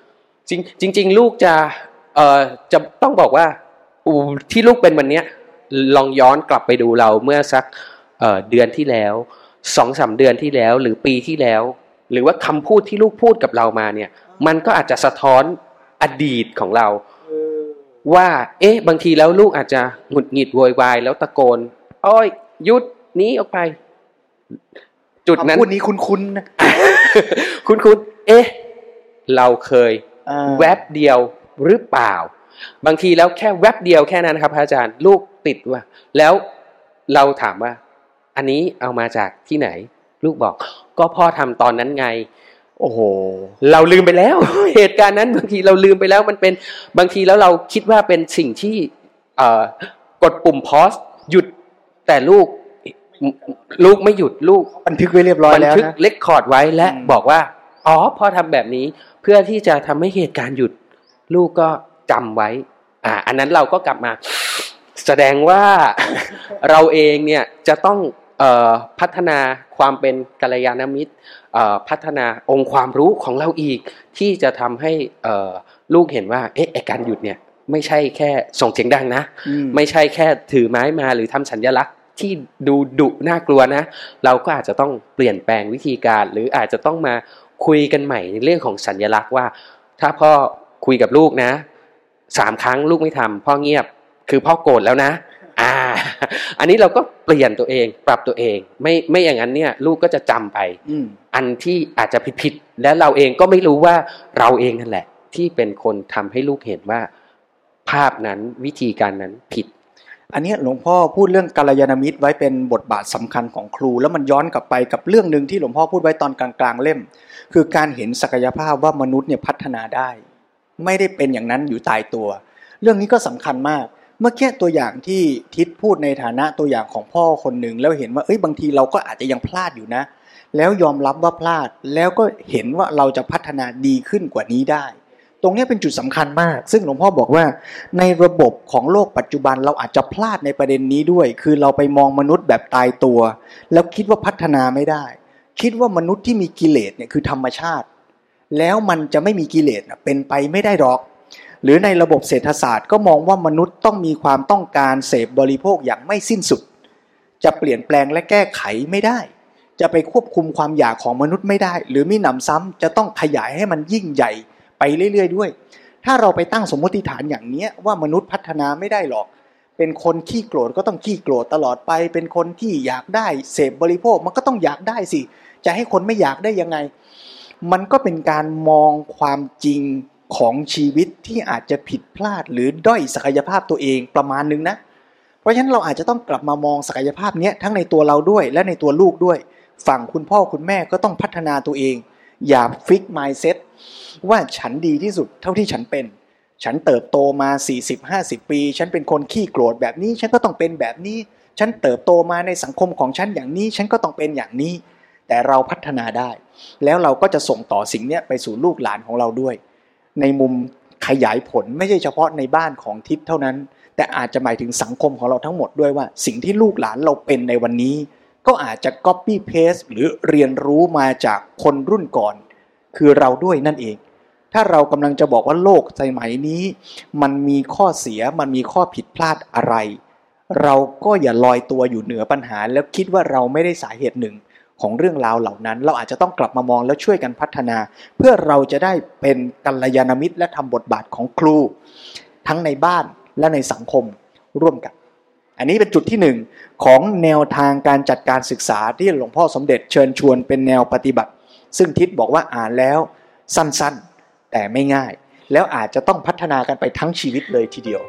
Speaker 3: จริงลูกจะต้องบอกว่าที่ลูกเป็นวันเนี้ยลองย้อนกลับไปดูเราเมื่อสักเดือนที่แล้ว 2-3 เดือนที่แล้วหรือปีที่แล้วหรือว่าคำพูดที่ลูกพูดกับเรามาเนี่ยมันก็อาจจะสะท้อนอดีตของเราว่าบางทีแล้วลูกอาจจะหงุดหงิดโวยวายแล้วตะโกนอ้อยหยุดหนีออกไปจุดนั้น
Speaker 2: พูดนี้คุ้นๆนะ
Speaker 3: คุ้นเราเคยแวบเดียวหรือเปล่าบางทีแล้วแค่แวบเดียวแค่นั้นครับพระอาจารย์ลูกติดว่าแล้วเราถามว่าอันนี้เอามาจากที่ไหนลูกบอกก็พ่อทำตอนนั้นไงโอ้โหเราลืมไปแล้ว เหตุการณ์นั้นบางทีเราลืมไปแล้วมันเป็นบางทีแล้วเราคิดว่าเป็นสิ่งที่กดปุ่มพอสหยุดแต่ลูกไม่หยุดลูก
Speaker 2: บันทึกไว้เรียบร้อยแล้วนะ
Speaker 3: บันทึกเรคคอร์ดไว้และบอกว่าพ่อทำแบบนี้เพื่อที่จะทำให้เหตุการณ์หยุดลูกก็จำไว้อันนั้นเราก็กลับมาแสดงว่า เราเองเนี่ยจะต้องพัฒนาความเป็นกัลยาณมิตรพัฒนาองค์ความรู้ของเราอีกที่จะทำให้ลูกเห็นว่าการหยุดเนี่ยไม่ใช่แค่ส่งเสียงดังนะไม่ใช่แค่ถือไม้มาหรือทำสัญลักษณ์ที่ดูดุน่ากลัวนะเราก็อาจจะต้องเปลี่ยนแปลงวิธีการหรืออาจจะต้องมาคุยกันใหม่ในเรื่องของสัญลักษณ์ว่าถ้าพ่อคุยกับลูกนะ3 ครั้งลูกไม่ทำพ่อเงียบคือพ่อโกรธแล้วนะอันนี้เราก็เปลี่ยนตัวเองปรับตัวเองไม่อย่างนั้นเนี่ยลูกก็จะจำไปอันที่อาจจะผิดและเราเองก็ไม่รู้ว่าเราเองนั่นแหละที่เป็นคนทำให้ลูกเห็นว่าภาพนั้นวิธีการนั้นผิด
Speaker 2: อันนี้หลวงพ่อพูดเรื่องกัลยาณมิตรไว้เป็นบทบาทสำคัญของครูแล้วมันย้อนกลับไปกับเรื่องนึงที่หลวงพ่อพูดไว้ตอนกลางๆเล่มคือการเห็นศักยภาพว่ามนุษย์เนี่ยพัฒนาได้ไม่ได้เป็นอย่างนั้นอยู่ตายตัวเรื่องนี้ก็สำคัญมากเมื่อกี้ตัวอย่างที่ทิศพูดในฐานะตัวอย่างของพ่อคนหนึ่งแล้วเห็นว่าบางทีเราก็อาจจะยังพลาดอยู่นะแล้วยอมรับว่าพลาดแล้วก็เห็นว่าเราจะพัฒนาดีขึ้นกว่านี้ได้ตรงนี้เป็นจุดสำคัญมากซึ่งหลวงพ่อบอกว่าในระบบของโลกปัจจุบันเราอาจจะพลาดในประเด็นนี้ด้วยคือเราไปมองมนุษย์แบบตายตัวแล้วคิดว่าพัฒนาไม่ได้คิดว่ามนุษย์ที่มีกิเลสเนี่ยคือธรรมชาติแล้วมันจะไม่มีกิเลสเป็นไปไม่ได้หรอกหรือในระบบเศรษฐศาสตร์ก็มองว่ามนุษย์ต้องมีความต้องการเสพบริโภคอย่างไม่สิ้นสุดจะเปลี่ยนแปลงและแก้ไขไม่ได้จะไปควบคุมความอยากของมนุษย์ไม่ได้หรือมิหนำซ้ำจะต้องขยายให้มันยิ่งใหญ่ไปเรื่อยๆด้วยถ้าเราไปตั้งสมมติฐานอย่างนี้ว่ามนุษย์พัฒนาไม่ได้หรอกเป็นคนขี้โกรธก็ต้องขี้โกรธตลอดไปเป็นคนที่อยากได้เสพบริโภคมันก็ต้องอยากได้สิจะให้คนไม่อยากได้ยังไงมันก็เป็นการมองความจริงของชีวิตที่อาจจะผิดพลาดหรือด้อยศักยภาพตัวเองประมาณนึงนะเพราะฉะนั้นเราอาจจะต้องกลับมามองศักยภาพนี้ทั้งในตัวเราด้วยและในตัวลูกด้วยฝั่งคุณพ่อคุณแม่ก็ต้องพัฒนาตัวเองอย่าฟิก mindset ว่าฉันดีที่สุดเท่าที่ฉันเป็นฉันเติบโตมา 40-50 ปีฉันเป็นคนขี้โกรธแบบนี้ฉันก็ต้องเป็นแบบนี้ฉันเติบโตมาในสังคมของฉันอย่างนี้ฉันก็ต้องเป็นอย่างนี้แต่เราพัฒนาได้แล้วเราก็จะส่งต่อสิ่งนี้ไปสู่ลูกหลานของเราด้วยในมุมขยายผลไม่ใช่เฉพาะในบ้านของทิศเท่านั้นแต่อาจจะหมายถึงสังคมของเราทั้งหมดด้วยว่าสิ่งที่ลูกหลานเราเป็นในวันนี้ก็อาจจะ copy paste หรือเรียนรู้มาจากคนรุ่นก่อนคือเราด้วยนั่นเองถ้าเรากำลังจะบอกว่าโลกสมัยนี้มันมีข้อเสียมันมีข้อผิดพลาดอะไรเราก็อย่าลอยตัวอยู่เหนือปัญหาแล้วคิดว่าเราไม่ได้สาเหตุหนึ่งของเรื่องราวเหล่านั้นเราอาจจะต้องกลับมามองแล้วช่วยกันพัฒนาเพื่อเราจะได้เป็นกัลยาณมิตรและทำบทบาทของครูทั้งในบ้านและในสังคมร่วมกันอันนี้เป็นจุดที่1ของแนวทางการจัดการศึกษาที่หลวงพ่อสมเด็จเชิญชวนเป็นแนวปฏิบัติซึ่งทิศบอกว่าอ่านแล้วสั้นๆแต่ไม่ง่ายแล้วอาจจะต้องพัฒนากันไปทั้งชีวิตเลยทีเดียว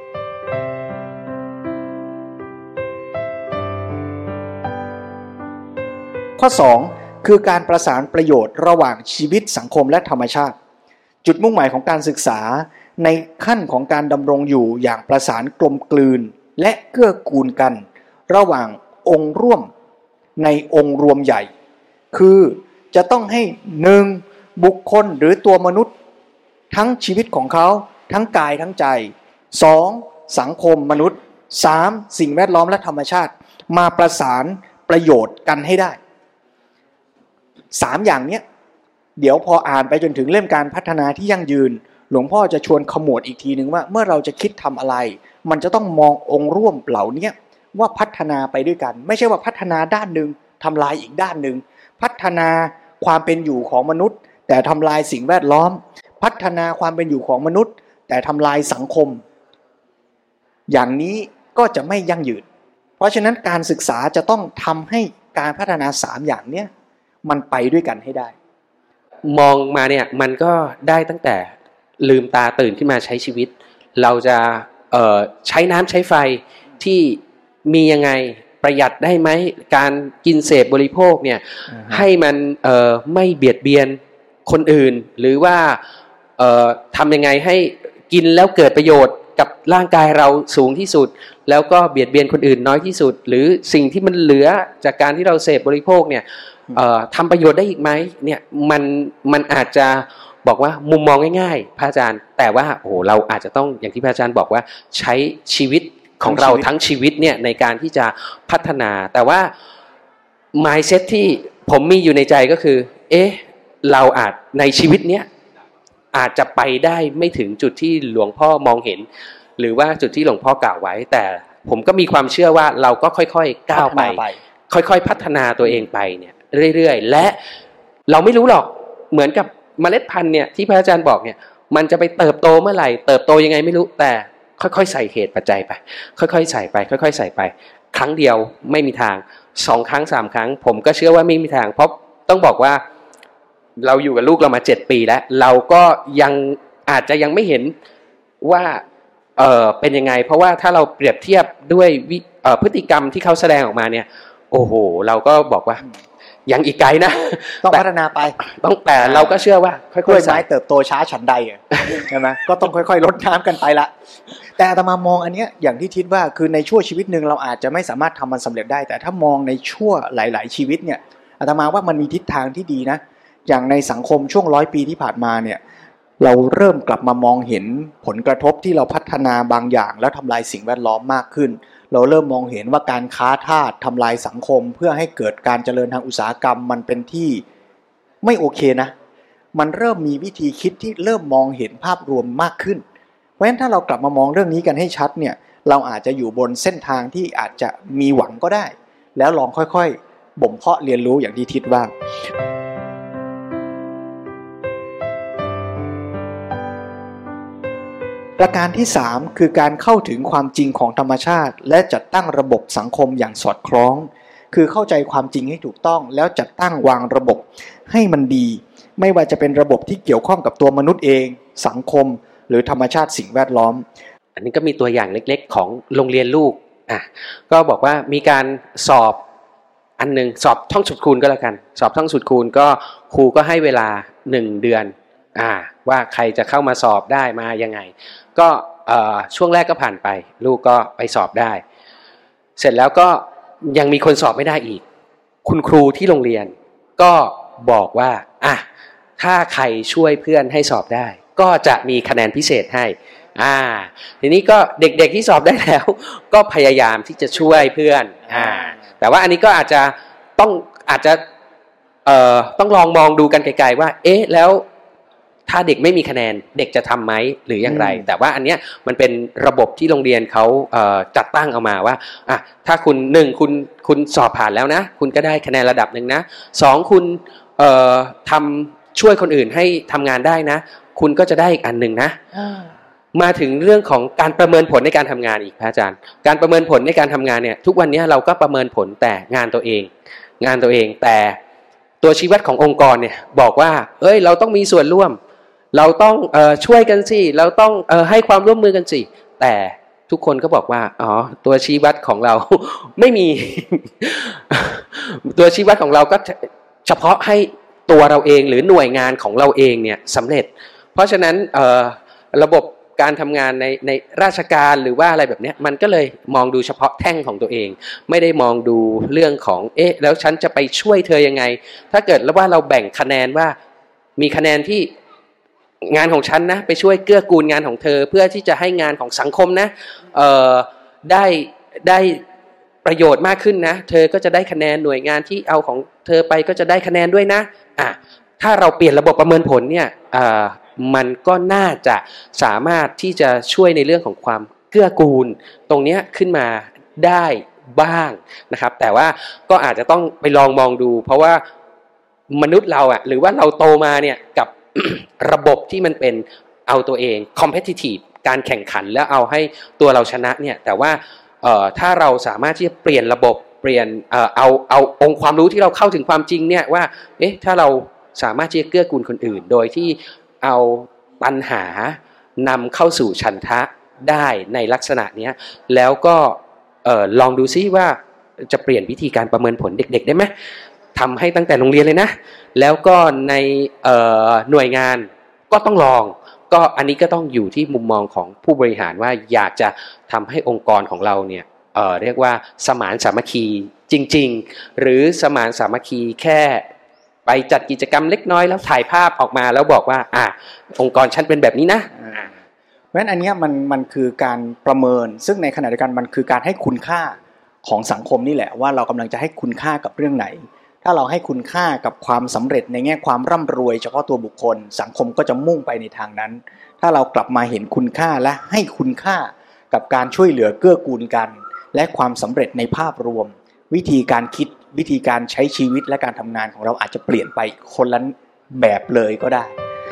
Speaker 2: ข้อ2คือการประสานประโยชน์ระหว่างชีวิตสังคมและธรรมชาติจุดมุ่งหมายของการศึกษาในขั้นของการดำรงอยู่อย่างประสานกลมกลืนและเกื้อกูลกันระหว่างองค์ร่วมในองค์รวมใหญ่คือจะต้องให้1บุคคลหรือตัวมนุษย์ทั้งชีวิตของเขาทั้งกายทั้งใจ2สังคมมนุษย์3สิ่งแวดล้อมและธรรมชาติมาประสานประโยชน์กันให้ได้3อย่างเนี้ยเดี๋ยวพออ่านไปจนถึงเล่มการพัฒนาที่ยั่งยืนหลวงพ่อจะชวนขมวดอีกทีนึงว่าเมื่อเราจะคิดทำอะไรมันจะต้องมององค์ร่วมเหล่านี้ว่าพัฒนาไปด้วยกันไม่ใช่ว่าพัฒนาด้านหนึ่งทำลายอีกด้านหนึ่งพัฒนาความเป็นอยู่ของมนุษย์แต่ทำลายสิ่งแวดล้อมพัฒนาความเป็นอยู่ของมนุษย์แต่ทำลายสังคมอย่างนี้ก็จะไม่ยั่งยืนเพราะฉะนั้นการศึกษาจะต้องทำให้การพัฒนา3อย่างเนี้ยมันไปด้วยกันให้ได้
Speaker 3: มองมาเนี่ยมันก็ได้ตั้งแต่ลืมตาตื่นขึ้นมาใช้ชีวิตเราจะใช้น้ำใช้ไฟที่มียังไงประหยัดได้ไหมการกินเสพบริโภคเนี่ยให้มันไม่เบียดเบียนคนอื่นหรือว่าทำยังไงให้กินแล้วเกิดประโยชน์กับร่างกายเราสูงที่สุดแล้วก็เบียดเบียนคนอื่นน้อยที่สุดหรือสิ่งที่มันเหลือจากการที่เราเสพบริโภคเนี่ยทำประโยชน์ได้อีกไหมเนี่ยมันอาจจะบอกว่ามุมมองง่ายๆพระอาจารย์แต่ว่าโอ้โหเราอาจจะต้องอย่างที่พระอาจารย์บอกว่าใช้ชีวิตของเราทั้งชีวิตเนี่ยในการที่จะพัฒนาแต่ว่า mindset ที่ผมมีอยู่ในใจก็คือเราอาจในชีวิตเนี้ยอาจจะไปได้ไม่ถึงจุดที่หลวงพ่อมองเห็นหรือว่าจุดที่หลวงพ่อกล่าวไว้แต่ผมก็มีความเชื่อว่าเราก็ค่อยๆก้าวไปค่อยๆพัฒนาตัวเองไปเนี่ยเรื่อยๆและเราไม่รู้หรอกเหมือนกับเมล็ดพันธุ์เนี่ยที่พระอาจารย์บอกเนี่ยมันจะไปเติบโตเมื่อไหร่เติบโตยังไงไม่รู้แต่ค่อยๆใส่เหตุปัจจัยไปค่อยๆใส่ไปค่อยๆใส่ไปครั้งเดียวไม่มีทาง2ครั้ง3ครั้งผมก็เชื่อว่าไม่มีทางเพราะต้องบอกว่าเราอยู่กับลูกเรามา7ปีแล้วเราก็ยังอาจจะยังไม่เห็นว่าเป็นยังไงเพราะว่าถ้าเราเปรียบเทียบด้วยพฤติกรรมที่เขาแสดงออกมาเนี่ยโอ้โหเราก็บอกว่ายังอีกไกลนะ
Speaker 2: ต้องพัฒนาไป
Speaker 3: ต้องแต่เราก็เชื่อว่าค่อยๆ
Speaker 2: ไม้เติบโตช้าฉันใดใช่ไหมก็ต้องค่อยๆลดน้ำกันไปละแต่อาตมามองอันเนี้ยอย่างที่ทิศว่าคือในชั่วชีวิตหนึ่งเราอาจจะไม่สามารถทำมันสำเร็จได้แต่ถ้ามองในชั่วหลายๆชีวิตเนี่ยอาตมาว่ามันมีทิศทางที่ดีนะอย่างในสังคมช่วง100 ปีที่ผ่านมาเนี่ยเราเริ่มกลับมามองเห็นผลกระทบที่เราพัฒนาบางอย่างแล้วทำลายสิ่งแวดล้อมมากขึ้นเราเริ่มมองเห็นว่าการค้าทาสทำลายสังคมเพื่อให้เกิดการเจริญทางอุตสาหกรรมมันเป็นที่ไม่โอเคนะมันเริ่มมีวิธีคิดที่เริ่มมองเห็นภาพรวมมากขึ้นเพราะฉะนั้นถ้าเรากลับมามองเรื่องนี้กันให้ชัดเนี่ยเราอาจจะอยู่บนเส้นทางที่อาจจะมีหวังก็ได้แล้วลองค่อยๆบ่มเพาะเรียนรู้อย่างที่ทิศว่าประการที่3คือการเข้าถึงความจริงของธรรมชาติและจัดตั้งระบบสังคมอย่างสอดคล้องคือเข้าใจความจริงให้ถูกต้องแล้วจัดตั้งวางระบบให้มันดีไม่ว่าจะเป็นระบบที่เกี่ยวข้องกับตัวมนุษย์เองสังคมหรือธรรมชาติสิ่งแวดล้อม
Speaker 3: อันนี้ก็มีตัวอย่างเล็กๆของโรงเรียนลูกก็บอกว่ามีการสอบอันนึงสอบท่องสูตรคูณก็แล้วกันสอบท่องสูตรคูณก็ครูก็ให้เวลา1 เดือนว่าใครจะเข้ามาสอบได้มายังไงก็ช่วงแรกก็ผ่านไปลูกก็ไปสอบได้เสร็จแล้วก็ยังมีคนสอบไม่ได้อีกคุณครูที่โรงเรียนก็บอกว่าถ้าใครช่วยเพื่อนให้สอบได้ก็จะมีคะแนนพิเศษให้ทีนี้ก็เด็กๆที่สอบได้แล้วก็พยายามที่จะช่วยเพื่อนแต่ว่าอันนี้ก็อาจจะต้องลองมองดูกันไกลๆว่าแล้วถ้าเด็กไม่มีคะแนนเด็กจะทำไหมหรืออย่างไรแต่ว่าอันเนี้ยมันเป็นระบบที่โรงเรียนเขาจัดตั้งเอามาว่าถ้าคุณคุณสอบผ่านแล้วนะคุณก็ได้คะแนนระดับหนึ่งนะ2คุณช่วยคนอื่นให้ทำงานได้นะคุณก็จะได้อีกอันหนึ่งนะมาถึงเรื่องของการประเมินผลในการทำงานอีกพระอาจารย์การประเมินผลในการทำงานเนี่ยทุกวันนี้เราก็ประเมินผลแต่งานตัวเองแต่ตัวชี้วัดขององค์กรเนี่ยบอกว่าเราต้องมีส่วนร่วมเราต้องช่วยกันสิเราต้องให้ความร่วมมือกันสิแต่ทุกคนก็บอกว่าตัวชี้วัดของเรา ไม่มี ตัวชี้วัดของเราก็เฉพาะให้ตัวเราเองหรือหน่วยงานของเราเองเนี่ยสำเร็จเพราะฉะนั้นระบบการทำงานในราชการหรือว่าอะไรแบบนี้มันก็เลยมองดูเฉพาะแท่งของตัวเองไม่ได้มองดูเรื่องของแล้วฉันจะไปช่วยเธอยังไงถ้าเกิดแล้วว่าเราแบ่งคะแนนว่ามีคะแนนที่งานของฉันนะไปช่วยเกื้อกูลงานของเธอเพื่อที่จะให้งานของสังคมนะได้ประโยชน์มากขึ้นนะเธอก็จะได้คะแนนหน่วยงานที่เอาของเธอไปก็จะได้คะแนนด้วยนะถ้าเราเปลี่ยนระบบประเมินผลเนี่ยมันก็น่าจะสามารถที่จะช่วยในเรื่องของความเกื้อกูลตรงนี้ขึ้นมาได้บ้างนะครับแต่ว่าก็อาจจะต้องไปลองมองดูเพราะว่ามนุษย์เราหรือว่าเราโตมาเนี่ยกับ ระบบที่มันเป็นเอาตัวเอง competitive การแข่งขันแล้วเอาให้ตัวเราชนะเนี่ยแต่ว่าถ้าเราสามารถที่จะเปลี่ยนระบบเปลี่ยนเอาองค์ความรู้ที่เราเข้าถึงความจริงเนี่ยว่าถ้าเราสามารถที่จะเกื้อกูลคนอื่นโดยที่เอาปัญหานำเข้าสู่ฉันทะได้ในลักษณะนี้แล้วก็ลองดูซิว่าจะเปลี่ยนวิธีการประเมินผลเด็กๆได้ไหมทำให้ตั้งแต่โรงเรียนเลยนะแล้วก็ในหน่วยงานก็ต้องลองก็อันนี้ก็ต้องอยู่ที่มุมมองของผู้บริหารว่าอยากจะทำให้องค์กรของเราเนี่ยเรียกว่าสมานสามัคคีจริงๆหรือสมานสามัคคีแค่ไปจัดกิจกรรมเล็กน้อยแล้วถ่ายภาพออกมาแล้วบอกว่าองค์กรฉันเป็นแบบนี้นะ
Speaker 2: เพราะฉะนั้นอันนี้มันคือการประเมินซึ่งในขณะเดียวกันมันคือการให้คุณค่าของสังคมนี่แหละว่าเรากำลังจะให้คุณค่ากับเรื่องไหนถ้าเราให้คุณค่ากับความสำเร็จในแง่ความร่ำรวยเฉพาะตัวบุคคลสังคมก็จะมุ่งไปในทางนั้นถ้าเรากลับมาเห็นคุณค่าและให้คุณค่ากับการช่วยเหลือเกื้อกูลกันและความสำเร็จในภาพรวมวิธีการคิดวิธีการใช้ชีวิตและการทำงานของเราอาจจะเปลี่ยนไปคนละแบบเลยก็ได้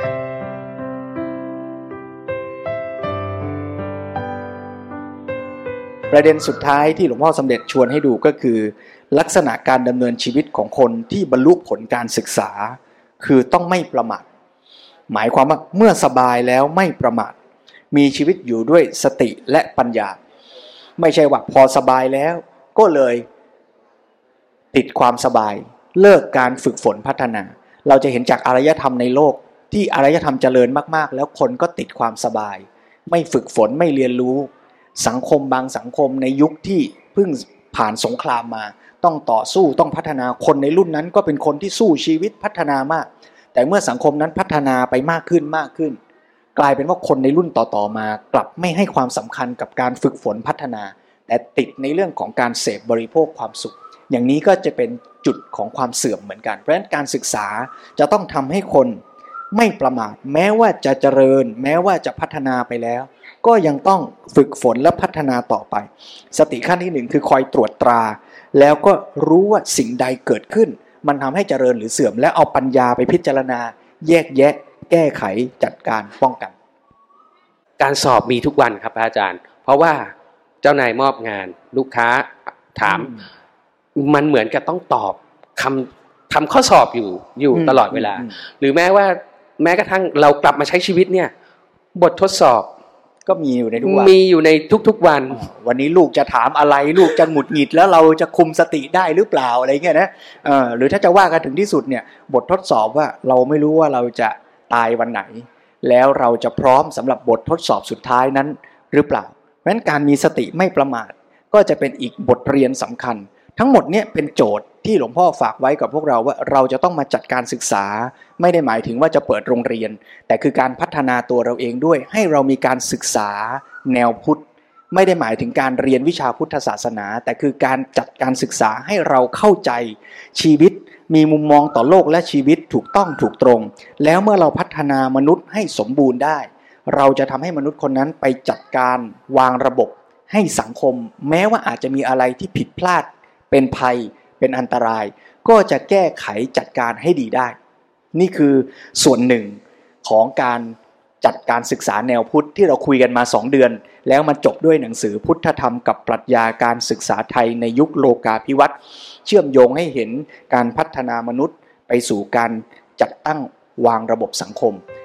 Speaker 2: ประเด็นสุดท้ายที่หลวงพ่อสมเด็จชวนให้ดูก็คือลักษณะการดำเนินชีวิตของคนที่บรรลุผลการศึกษาคือต้องไม่ประมาทหมายความว่าเมื่อสบายแล้วไม่ประมาทมีชีวิตอยู่ด้วยสติและปัญญาไม่ใช่ว่าพอสบายแล้วก็เลยติดความสบายเลิกการฝึกฝนพัฒนาเราจะเห็นจากอารยธรรมในโลกที่อารยธรรมเจริญมากๆแล้วคนก็ติดความสบายไม่ฝึกฝนไม่เรียนรู้สังคมบางสังคมในยุคที่เพิ่งผ่านสงครามมาต้องต่อสู้ต้องพัฒนาคนในรุ่นนั้นก็เป็นคนที่สู้ชีวิตพัฒนามากแต่เมื่อสังคมนั้นพัฒนาไปมากขึ้นกลายเป็นว่าคนในรุ่นต่อๆมากลับไม่ให้ความสำคัญกับการฝึกฝนพัฒนาแต่ติดในเรื่องของการเสพบริโภคความสุขอย่างนี้ก็จะเป็นจุดของความเสื่อมเหมือนกันเพราะฉะนั้นการศึกษาจะต้องทำให้คนไม่ประมาทแม้ว่าจะเจริญแม้ว่าจะพัฒนาไปแล้วก็ยังต้องฝึกฝนและพัฒนาต่อไปสติขั้นที่หนึ่งคือคอยตรวจตราแล้วก็รู้ว่าสิ่งใดเกิดขึ้นมันทำให้เจริญหรือเสื่อมแล้วเอาปัญญาไปพิจารณาแยกแยะแก้ไขจัดการป้องกัน
Speaker 3: การสอบมีทุกวันครับอาจารย์เพราะว่าเจ้านายมอบงานลูกค้าถามมันเหมือนกับต้องตอบทำข้อสอบอยู่ตลอดเวลาหรือแม้กระทั่งเรากลับมาใช้ชีวิตเนี่ยบททดสอบ
Speaker 2: ก็มีอยู่ในทุกวัน
Speaker 3: มีอยู่ในทุกๆวัน
Speaker 2: วันนี้ลูกจะถามอะไรลูกจะหงุดหงิดแล้วเราจะคุมสติได้หรือเปล่าอะไรเงี้ยนะหรือถ้าจะว่ากันถึงที่สุดเนี่ยบททดสอบว่าเราไม่รู้ว่าเราจะตายวันไหนแล้วเราจะพร้อมสำหรับบททดสอบสุดท้ายนั้นหรือเปล่าเพราะฉะนั้นการมีสติไม่ประมาทก็จะเป็นอีกบทเรียนสำคัญทั้งหมดเนี่ยเป็นโจทย์ที่หลวงพ่อฝากไว้กับพวกเราว่าเราจะต้องมาจัดการศึกษาไม่ได้หมายถึงว่าจะเปิดโรงเรียนแต่คือการพัฒนาตัวเราเองด้วยให้เรามีการศึกษาแนวพุทธไม่ได้หมายถึงการเรียนวิชาพุทธศาสนาแต่คือการจัดการศึกษาให้เราเข้าใจชีวิตมีมุมมองต่อโลกและชีวิตถูกต้องถูกตรงแล้วเมื่อเราพัฒนามนุษย์ให้สมบูรณ์ได้เราจะทำให้มนุษย์คนนั้นไปจัดการวางระบบให้สังคมแม้ว่าอาจจะมีอะไรที่ผิดพลาดเป็นภัยเป็นอันตรายก็จะแก้ไขจัดการให้ดีได้นี่คือส่วนหนึ่งของการจัดการศึกษาแนวพุทธที่เราคุยกันมา2 เดือนแล้วมันจบด้วยหนังสือพุทธธรรมกับปรัชญาการศึกษาไทยในยุคโลกาภิวัตน์เชื่อมโยงให้เห็นการพัฒนามนุษย์ไปสู่การจัดตั้งวางระบบสังคม